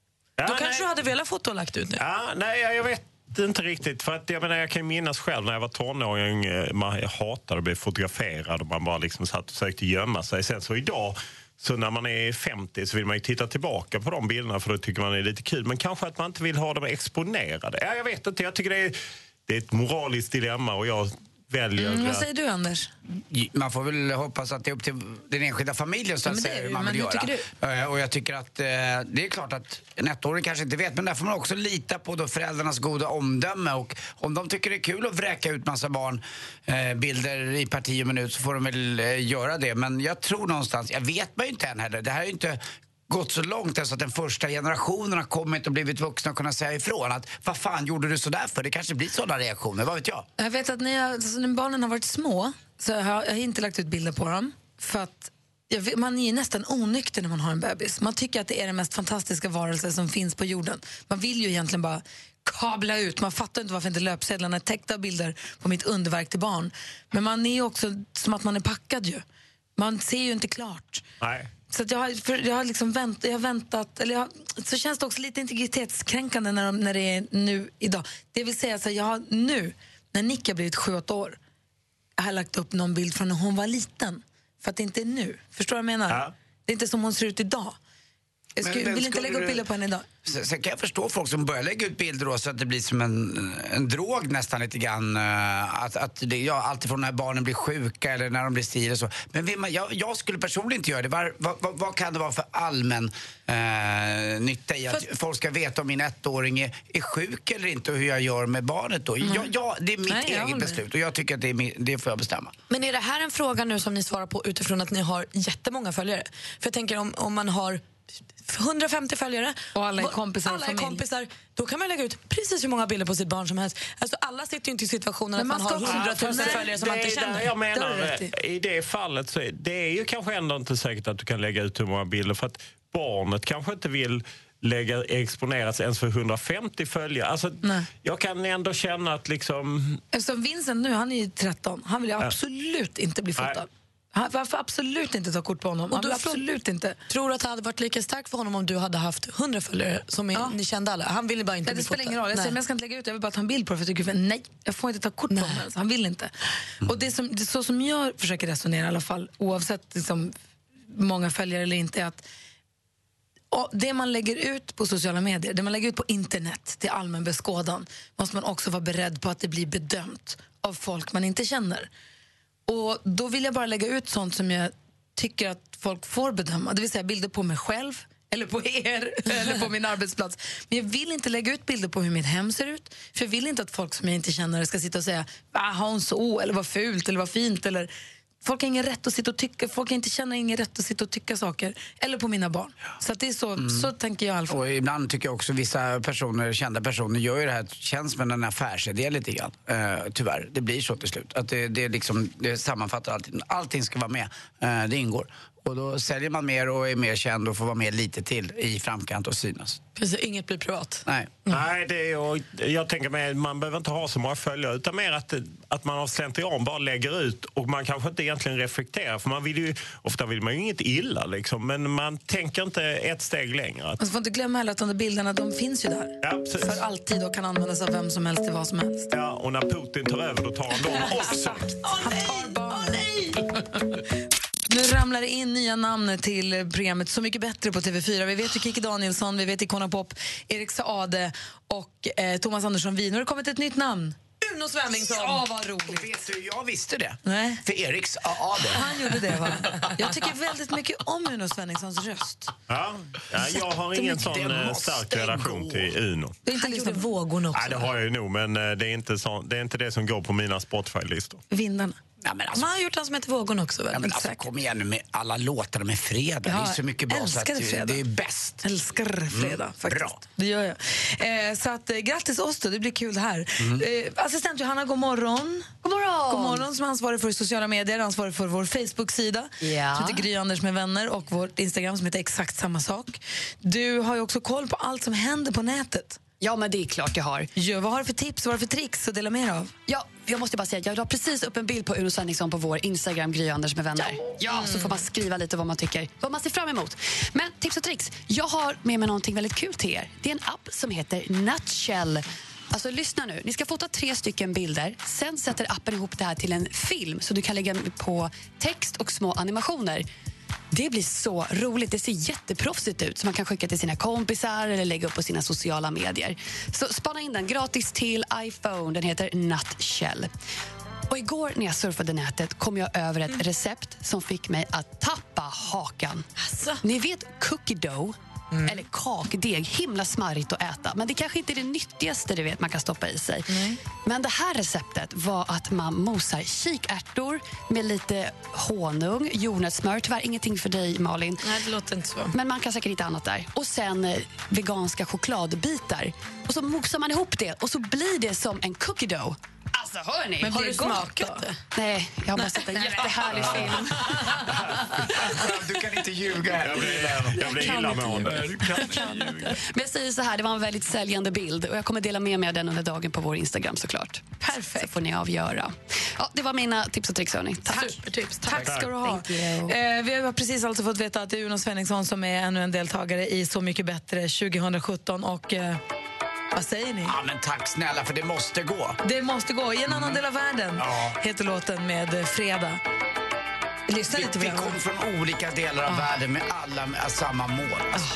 Då kanske du hade velat fått och lagt ut nu. Jag vet inte riktigt. För att jag kan minnas själv när jag var tonåring, jag hatade att bli fotograferad och man bara liksom satt och försökte gömma sig. Sen så idag, så när man är 50 så vill man ju titta tillbaka på de bilderna för då tycker man det är lite kul. Men kanske att man inte vill ha dem exponerade. Jag vet inte, jag tycker det är ett moraliskt dilemma och jag väljer... Vad säger du, Anders? Man får väl hoppas att det är upp till den enskilda familjen så att säga hur man vill göra. Och jag tycker att det är klart att en 1-åring kanske inte vet, men där får man också lita på då föräldrarnas goda omdöme och om de tycker det är kul att vräka ut massa barnbilder i parti och minut så får de väl göra det. Men jag tror någonstans, jag vet man ju inte än heller, det här är ju inte gått så långt än så att den första generationen har kommit och blivit vuxna och kunna säga ifrån att vad fan gjorde du så där för? Det kanske blir sådana reaktioner, vad vet jag? Jag vet att när barnen har varit små så har jag inte lagt ut bilder på dem för att man är nästan onykter när man har en bebis. Man tycker att det är den mest fantastiska varelse som finns på jorden. Man vill ju egentligen bara kabla ut. Man fattar inte varför inte löpsedlarna är täckta av bilder på mitt underverk till barn. Men man är också som att man är packad ju. Man ser ju inte klart. Nej. Så att jag har liksom väntat, så känns det också lite integritetskränkande när det är nu idag. Det vill säga så jag har nu, när Nick har blivit 7-8 år, jag har lagt upp någon bild från när hon var liten. För att det inte är nu. Förstår du vad jag menar? Ja. Det är inte som hon ser ut idag. Jag vill inte lägga upp bilder på henne idag. Sen kan jag förstå folk som börjar lägga ut bilder då, så att det blir som en drog nästan lite grann. Alltid från när barnen blir sjuka eller när de blir stiga så. Men jag skulle personligen inte göra det. Vad kan det vara för allmän nytta i att folk ska veta om min 1-åring är sjuk eller inte och hur jag gör med barnet då? Det är mitt eget beslut och jag tycker att det får jag bestämma. Men är det här en fråga nu som ni svarar på utifrån att ni har jättemånga följare? För jag tänker om man har 150 följare. Och alla är kompisar och alla är familj. kompisar. Då kan man lägga ut precis hur många bilder på sitt barn som helst. Alltså, alla sitter ju inte i situationen att man har 100 000 följare som man inte känner. Jag menar, i det fallet så är det är ju kanske ändå inte säkert att du kan lägga ut hur många bilder, för att barnet kanske inte vill exponeras ens för 150 följare. Alltså, jag kan ändå känna att liksom... Eftersom Vincent nu, han är ju 13, han vill ju absolut inte bli fotad. Han får absolut inte ta kort på honom. Och Han vill absolut inte. Tror du att det hade varit lika starkt för honom om du hade haft 100 följare som ni kände alla? Han ville bara inte bli fotad. Det spelar ingen roll. Jag säger, men jag ska inte lägga ut, jag vill bara ta en bild på det, för jag tycker, nej, jag får inte ta kort på honom. Han vill inte. Och det är så som jag försöker resonera i alla fall, oavsett liksom, många följare eller inte, är att det man lägger ut på sociala medier, det man lägger ut på internet till allmän beskådan, måste man också vara beredd på att det blir bedömt av folk man inte känner. Och då vill jag bara lägga ut sånt som jag tycker att folk får bedöma. Det vill säga bilder på mig själv, eller på er, eller på min arbetsplats. Men jag vill inte lägga ut bilder på hur mitt hem ser ut. För jag vill inte att folk som jag inte känner ska sitta och säga har hon så, eller vad fult, eller vad fint, eller... Folk har ingen rätt att sitta och tycka, folk inte känner ingen rätt att sitta och tycka saker. Eller på mina barn. Så att det är så tänker jag i alla fall. Och ibland tycker jag också vissa personer, kända personer, gör ju det här, känns som en affärsidé lite grann. Tyvärr, det blir så till slut. Att det liksom, det sammanfattar allting. Allting ska vara med, det ingår. Och då säljer man mer och är mer känd och får vara med lite till i framkant och synas. Precis, inget blir privat. Nej, det är, jag tänker mig, man behöver inte ha så många följare, utan mer att man av slentrian bara lägger ut, och man kanske inte egentligen reflekterar, för ofta vill man ju inget illa liksom, men man tänker inte ett steg längre. Man får inte glömma heller att de där bilderna, de finns ju där. Ja, för alltid och kan användas av vem som helst till vad som helst. Ja, och när Putin tar över, då tar han dem också. Han tar barnen. Nu ramlar det in nya namn till programmet Så mycket bättre på TV4. Vi vet ju Kiki Danielsson, vi vet Icona Pop, Erik Saade och Thomas Andersson Wien. Nu har det kommit ett nytt namn. Uno Svenningsson. Ja, vad roligt. Och vet du, jag visste det. Nej. För Erik Saade. Han gjorde det, va? Jag tycker väldigt mycket om Uno Svenningssons röst. Ja, jag har ingen sån stark relation till Uno. Det är inte liksom vågorna också. Nej, det har jag ju nog, men det är inte det som går på mina Spotify-listor. Vindarna. Ja, men alltså, man har gjort han som heter Vågon också, väl? Ja, men alltså, kom igen nu med alla låtar med Fredag. Det är så mycket bra, så att det är bäst. Älskar Fredag, faktiskt. Bra. Det gör jag. Så att, grattis oss då, det blir kul här. Assistent Johanna, god morgon. God morgon. God morgon, som ansvarig för sociala medier, ansvarig för vår Facebook-sida. Ja. Som heter Gry Anders med vänner, och vårt Instagram som heter exakt samma sak. Du har ju också koll på allt som händer på nätet. Ja, men det är klart jag har. Ja, vad har du för tips, vad har du för tricks att dela med dig av? Ja, jag måste bara säga, jag la precis upp en bild på Uno Svenningsson på vår Instagram, Gry Anders med vänner. Ja, så får man skriva lite vad man tycker, vad man ser fram emot. Men tips och tricks, jag har med mig någonting väldigt kul till er. Det är en app som heter Nutshell. Alltså lyssna nu, ni ska fota 3 stycken bilder. Sen sätter appen ihop det här till en film, så du kan lägga på text och små animationer. Det blir så roligt, det ser jätteproffsigt ut, så man kan skicka till sina kompisar eller lägga upp på sina sociala medier. Så spana in den gratis till iPhone, den heter Nutshell. Och igår när jag surfade nätet kom jag över ett recept som fick mig att tappa hakan. Alltså. Ni vet cookie dough? Eller kakdeg, himla smarrigt att äta. Men det kanske inte är det nyttigaste, du vet, man kan stoppa i sig. Men det här receptet var att man mosar kikärtor med lite honung, jordnötssmör. Tyvärr ingenting för dig, Malin. Nej, det låter inte så. Men man kan säkert hitta annat där. Och sen veganska chokladbitar. Och så mosar man ihop det, och så blir det som en cookie dough. Alltså, hör ni? Men har du smakat det? Nej, jag har bara sett en jättehärlig film. Du kan inte ljuga. Jag blir illamående. Men jag säger så här, det var en väldigt säljande bild, och jag kommer dela med mig av den under dagen på vår Instagram, såklart. Perfekt. Så får ni avgöra. Ja, det var mina tips och tricks, hörni. Supertips. Tack ska du ha. Vi har precis alltså fått veta att det är Uno Svenningsson som är ännu en deltagare i Så mycket bättre 2017, och vad säger ni? Ja, men tack snälla, för det måste gå. Det måste gå. I en annan del av världen heter låten med Fredag. Lyssna lite på Vi den. kommer från olika delar av världen med alla med samma mål.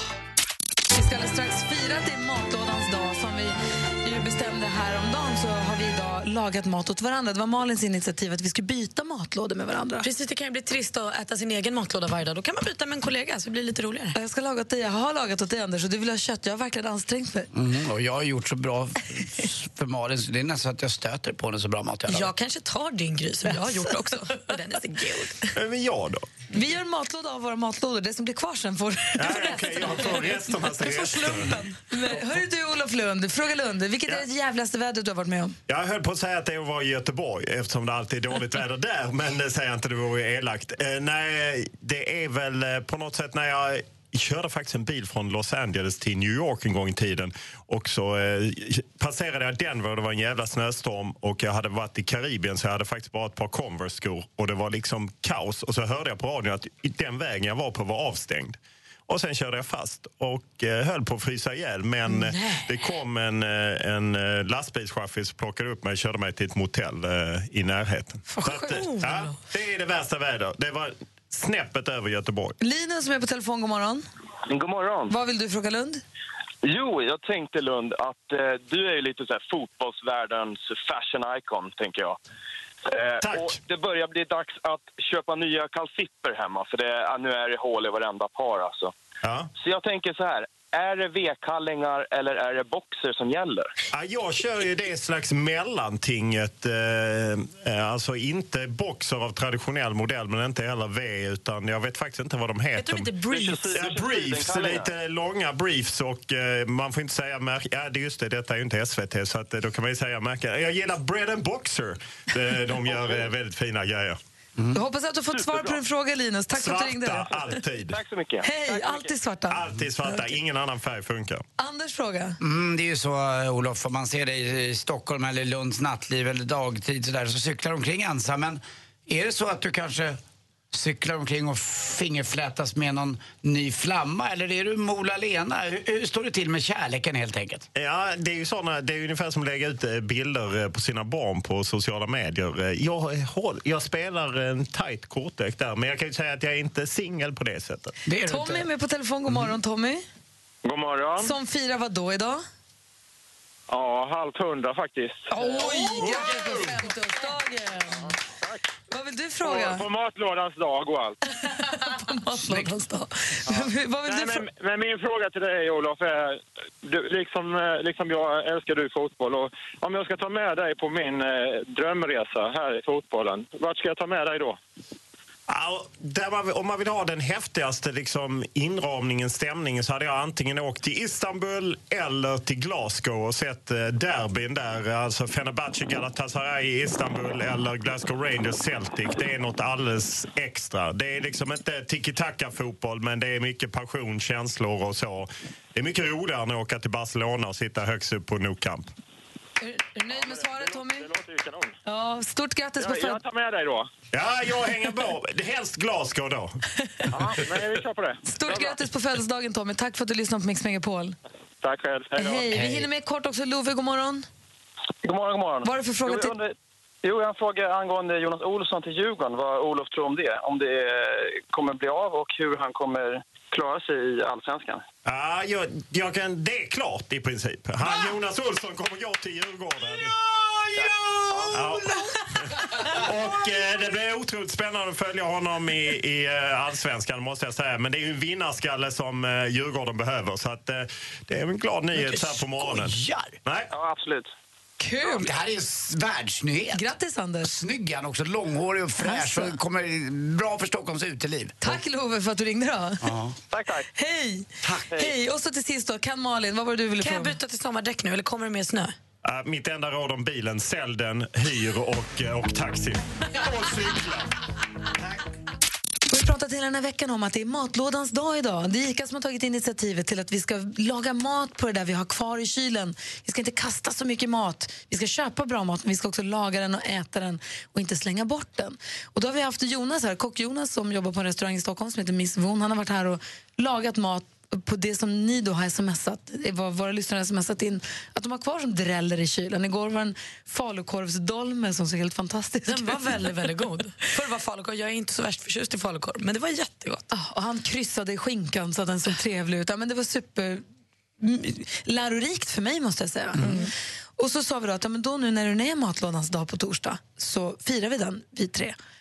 Vi ska alldeles strax fira till matlådans dag, som vi ju bestämde häromdagen. Så har vi idag lagat mat åt varandra. Det var Malins initiativ att vi skulle byta matlådor med varandra. Precis, det kan ju bli trist att äta sin egen matlåda varje dag. Då kan man byta med en kollega, så det blir lite roligare. Jag ska laga åt dig. Jag har lagat åt dig, Anders, och du vill ha kött. Jag har verkligen ansträngt mig. Och jag har gjort så bra för Malin, så det är nästan att jag stöter på den så bra mat jag lagar. Jag kanske tar din Gry som jag har gjort också. Och den är så god. Men jag då? Vi gör en matlåda av våra matlådor. Det som blir kvar sen får jag får resten. Du får slumpen. Hörru du, Olof Lund, fråga Lund. Vilket är det jävlaste vädret du har varit med om? Jag höll på att säga att det var i Göteborg, eftersom det alltid är dåligt väder där. Men det säger jag inte, det vore elakt. Nej, det är väl på något sätt när jag körde faktiskt en bil från Los Angeles till New York en gång i tiden. Och så passerade jag Denver och det var en jävla snöstorm. Och jag hade varit i Karibien så jag hade faktiskt bara ett par Converse-skor. Och det var liksom kaos. Och så hörde jag på radion att den vägen jag var på var avstängd. Och sen körde jag fast och höll på att frysa ihjäl. Men det kom en lastbilschaffis, plockade upp mig och körde mig till ett motell i närheten. Så att, ja, det är det värsta väder. Det var snäppet över Göteborg. Linus som är på telefon, god morgon. God morgon. Vad vill du fråga Lund? Jo, jag tänkte Lund att du är ju lite så här fotbollsvärldens fashion icon, tänker jag. Tack. Och det börjar bli dags att köpa nya kalsipper hemma, för nu är det hål i varenda par alltså. Ja. Så jag tänker så här, är det V-kallingar eller är det boxer som gäller? Ja, jag kör ju det slags mellantinget, alltså inte boxer av traditionell modell men inte heller V, utan jag vet faktiskt inte vad de heter. Heter de inte briefs? Ja, briefs, lite långa briefs och man får inte säga märke. Ja, det är just det, detta är ju inte SVT så att, då kan man ju säga märke. Jag gillar Bread and Boxer, de gör väldigt fina grejer. Jag hoppas att du har fått svar på din fråga, Linus. Tack för att du ringde. Svarta, alltid. Tack så mycket. Hej, alltid svarta. Alltid svarta, ingen annan färg funkar. Anders fråga. Det är ju så, Olof, om man ser dig i Stockholm eller Lunds nattliv eller dagtid så cyklar omkring ensam. Men är det så att du kanske cyklar omkring och fingerflätas med någon ny flamma, eller är du Mola Lena? Hur står det till med kärleken helt enkelt? Ja, det är ju såna, det är ungefär som att lägga ut bilder på sina barn på sociala medier. Jag spelar en tight kortlek där, men jag kan ju säga att jag är inte singel på det sättet. Tommy är med på telefon, god morgon Tommy. God morgon. Som firar vad då idag? Ja, 100 faktiskt. Oj, grattis på 50-årsdagen. Vad vill du fråga? På matlådans dag och allt. På matlådans dag. Vad vill du fråga? Men min fråga till dig, Olof, är liksom jag älskar du fotboll. Och om jag ska ta med dig på min drömresa här i fotbollen, vart ska jag ta med dig då? Ja, om man vill ha den häftigaste liksom, inramningen, stämningen, så hade jag antingen åkt till Istanbul eller till Glasgow och sett derbyn där. Alltså Fenerbahce Galatasaray i Istanbul eller Glasgow Rangers Celtic. Det är något alldeles extra. Det är liksom inte tiki-taka-fotboll, men det är mycket passion, känslor och så. Det är mycket roligare än att åka till Barcelona och sitta högst upp på Nou Camp. Är du nöjd med svaret, Tommy? Det låter ju kanon. Ja, stort grattis på Jag tar med dig då. Ja, jag hänger på. Helst Glasgow då. Ja, men vi kör på det. Stort grattis på födelsedagen, Tommy. Tack för att du lyssnade på Mix Megapol. Tack själv. Hej, vi hinner med kort också. Love, god morgon. God morgon, god morgon. Vad är det för fråga till? Jo, jag frågar angående Jonas Olsson till Djurgården. Vad Olof tror om det. Om det kommer bli av och hur han kommer klara sig i Allsvenskan. Ja, det är klart i princip. Jonas Olsson kommer gå till Djurgården. Ja. Och det blir otroligt spännande att följa honom i Allsvenskan, måste jag säga. Men det är ju en vinnarskalle som Djurgården behöver. Så att, det är en glad nyhet så här på morgonen. Nej? Ja, absolut. Kul! Det här är världsnyhet. Grattis, Anders. Snygg han också, långhårig och fräsch och kommer bra för Stockholms uteliv. Tack, Love, för att du ringde då. Ja. Tack. Hej! Tack. Hej! Och så till sist då, kan Malin, vad var det du ville fråga? Kan jag byta till sommardäck nu eller kommer det mer snö? Mitt enda råd om bilen, sälj den, hyr och taxi. Och cykla. Vi har pratat hela den här veckan om att det är matlådans dag idag. Det är ICA som har tagit initiativet till att vi ska laga mat på det där vi har kvar i kylen. Vi ska inte kasta så mycket mat. Vi ska köpa bra mat, men vi ska också laga den och äta den och inte slänga bort den. Och då har vi haft Jonas här, kock-Jonas, som jobbar på en restaurang i Stockholm som heter Miss Von. Han har varit här och lagat mat på det som ni då har smsat, våra lyssnare har smsat in, att de har kvar som dräller i kylen. Igår var en falukorvsdolme som såg helt fantastisk ut. Den var väldigt, väldigt god. Förr var falukorv, jag är inte så värst förtjust i falukorv, men det var jättegott. Och han kryssade i skinkan så att den såg trevlig ut. Ja, men det var super lärorikt för mig, måste jag säga. Och så sa vi då att men då nu när det är matlådans dag på torsdag så firar vi den, vi tre,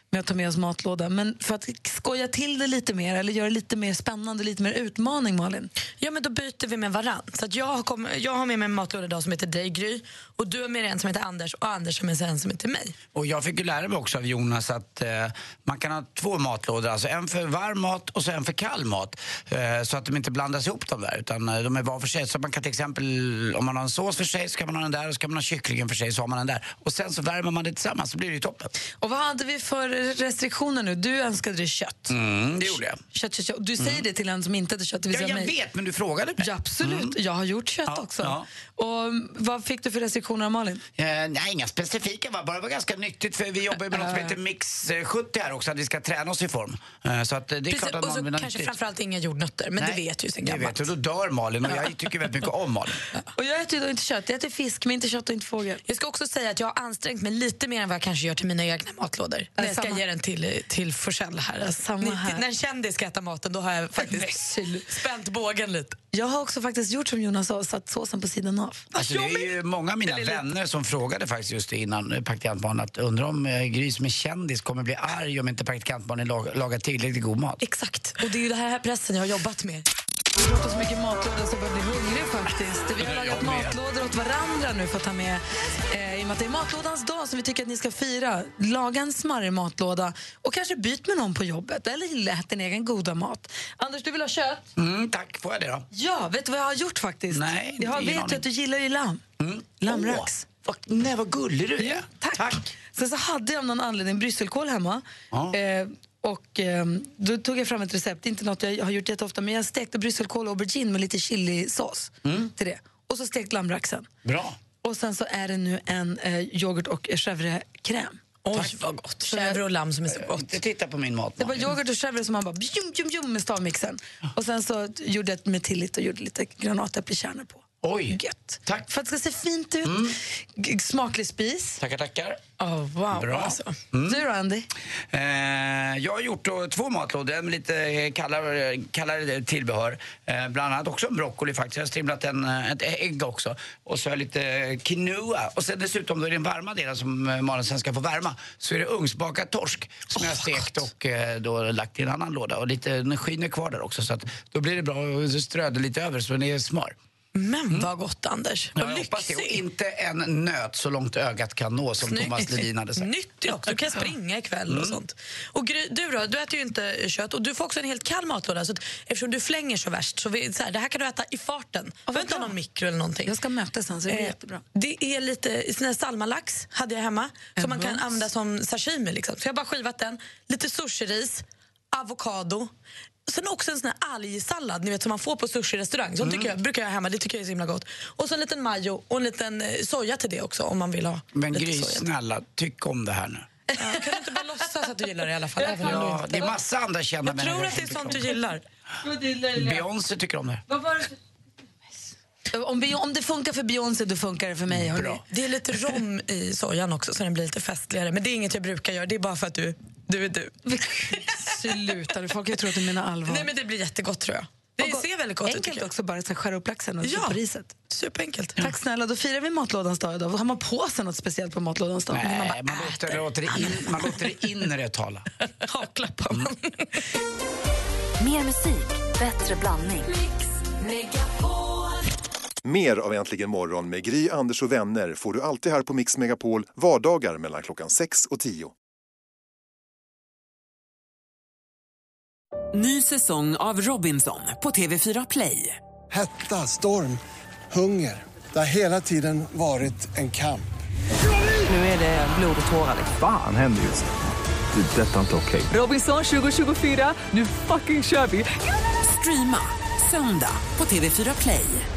med att ta med oss matlåda. Men för att skoja till det lite mer eller göra det lite mer spännande, lite mer utmaning, Malin. Ja, men då byter vi med varann. Så att jag har med mig en matlåda idag som heter dig, Gry, och du har med en som heter Anders, och Anders har med sig en som heter mig. Och jag fick ju lära mig också av Jonas att man kan ha 2 matlådor, alltså en för varm mat och så en för kall mat, så att de inte blandas ihop de där, utan de är var för sig. Så man kan till exempel, om man har en sås för sig så kan man ha den där, och så kan man ha kycklingen för sig så har man den där. Och sen så värmer man det tillsammans, så blir det ju toppen. Och vad hade vi för restriktioner nu? Du önskade dig kött. Det gjorde jag. Kött. Du säger det till en som inte hade kött. Ja, jag vet, men du frågade mig. Ja, absolut. Jag har gjort kött också. Ja. Och vad fick du för restriktioner av Malin? Nej, inga specifika. Bara var ganska nyttigt, för vi jobbar med något som heter Mix 70 här också, att vi ska träna oss i form. Så att det är precis, klart att och så kanske framförallt inga jordnötter, men nej, det vet ju sen gammalt. Det vet, och då dör Malin, och jag tycker väldigt mycket om Malin. Och jag äter ju då inte kött, jag äter fisk, men inte kött och inte fågel. Jag ska också säga att jag har ansträngt mig lite mer än vad jag kanske gör till mina egna matlådor. När jag ska ge den till Forsell här. Samma här. När en kändis ska äta maten, då har jag faktiskt spänt bågen lite. Jag har också faktiskt gjort som Jonas sa, satt såsen på sidan av. Alltså, det är ju många av mina vänner som frågade faktiskt just innan praktikantbarn att undrar om Gry som är kändis kommer bli arg om inte praktikantbarnen lagar tillräckligt god mat. Exakt, och det är ju det här pressen jag har jobbat med. Vi har pratat så mycket matlådor så jag börjar bli hungrig faktiskt. Vi har lagat matlådor åt varandra nu för att ta med. I och med att det är matlådans dag som vi tycker att ni ska fira. Laga en smarrig matlåda och kanske byt med någon på jobbet. Eller ät din egen goda mat. Anders, du vill ha kött? Tack, får jag det då? Ja, vet du vad jag har gjort faktiskt? Nej, jag vet att du gillar ju lamm. Lammrax. Nej, vad gullig du är. Ja, tack. Sen så hade jag av någon anledning brysselkål hemma. Och då tog jag fram ett recept, inte något jag har gjort jätteofta, men jag stekte brysselkål och aubergine med lite chilisås till det. Och så stekt lammraxen. Bra. Och sen så är det nu en yoghurt och chèvre-kräm. Oj, vad gott. Chèvre och lamm som är så gott. Titta på min mat. Det var yoghurt och chèvre som man bara bjum med stavmixen. Och sen så gjorde jag med tillit och gjorde lite granatäpplekärnor på. Oj, gött. Tack. För att det ska se fint ut. Smaklig spis. Tackar. Wow. Bra. Alltså. Du då, Andy? Jag har gjort 2 matlådor med lite kallare tillbehör. Bland annat också en broccoli faktiskt. Jag har strimlat ett ägg också. Och så har jag lite quinoa. Och sen dessutom då i den varma delen som Malin sen ska få värma, så är det ugnsbakad torsk som jag har stekt och då lagt i en annan låda. Och lite energi är kvar där också, så att då blir det bra och ströder lite över så det är smör. Men vad gott, Anders. Vad lyxigt. Och inte en nöt så långt ögat kan nå, som Thomas Ledin hade sagt. Nyttigt också. Du kan springa ikväll och sånt. Och du då, du äter ju inte kött och du får också en helt kall matlåda. Så att, eftersom du flänger så värst, så det här kan du äta i farten. Du får inte ha någon mikro eller någonting. Jag ska möta sen, så det blir jättebra. Det är lite sån här salmalax hade jag hemma, som man kan använda som sashimi liksom. Så jag har bara skivat den, lite sushiris, avokado. Sen också en sån här algsallad, ni vet, som man får på sushi-restaurang. Så brukar jag hemma, det tycker jag är så himla gott. Och så en liten majo och en liten soja till det också, om man vill ha. Men Gry, snälla, tyck om det här nu. Ja, kan du inte bara låtsas att du gillar det i alla fall? Ja, det är massa andra kända människor. Jag tror att det är sånt du gillar. Beyoncé tycker om det. Vad var det? Om det funkar för Beyoncé, då funkar det för mig. Bra. Det är lite rom i sojan också, så den blir lite festligare. Men det är inget jag brukar göra, det är bara för att du är du. Sluta, folk tror att du menar allvar. Nej, men det blir jättegott, tror jag. Det ser väldigt gott ut. Enkelt också, bara att skära upp laxen och på riset. Superenkelt. Tack snälla, då firar vi matlådans dag idag. Har man på sig något speciellt på matlådans dag? Nej, man låter det inre tala. Haklappar man. Mer musik, bättre blandning. Mer av Äntligen morgon med Gry, Anders och vänner får du alltid här på Mix Megapol vardagar mellan klockan 6 och 10. Ny säsong av Robinson på TV4 Play. Hetta, storm, hunger. Det har hela tiden varit en kamp. Nu är det blod och tårar. Fan händer just det. Det är detta inte okej. Robinson 2024, nu fucking kör vi. Streama söndag på TV4 Play.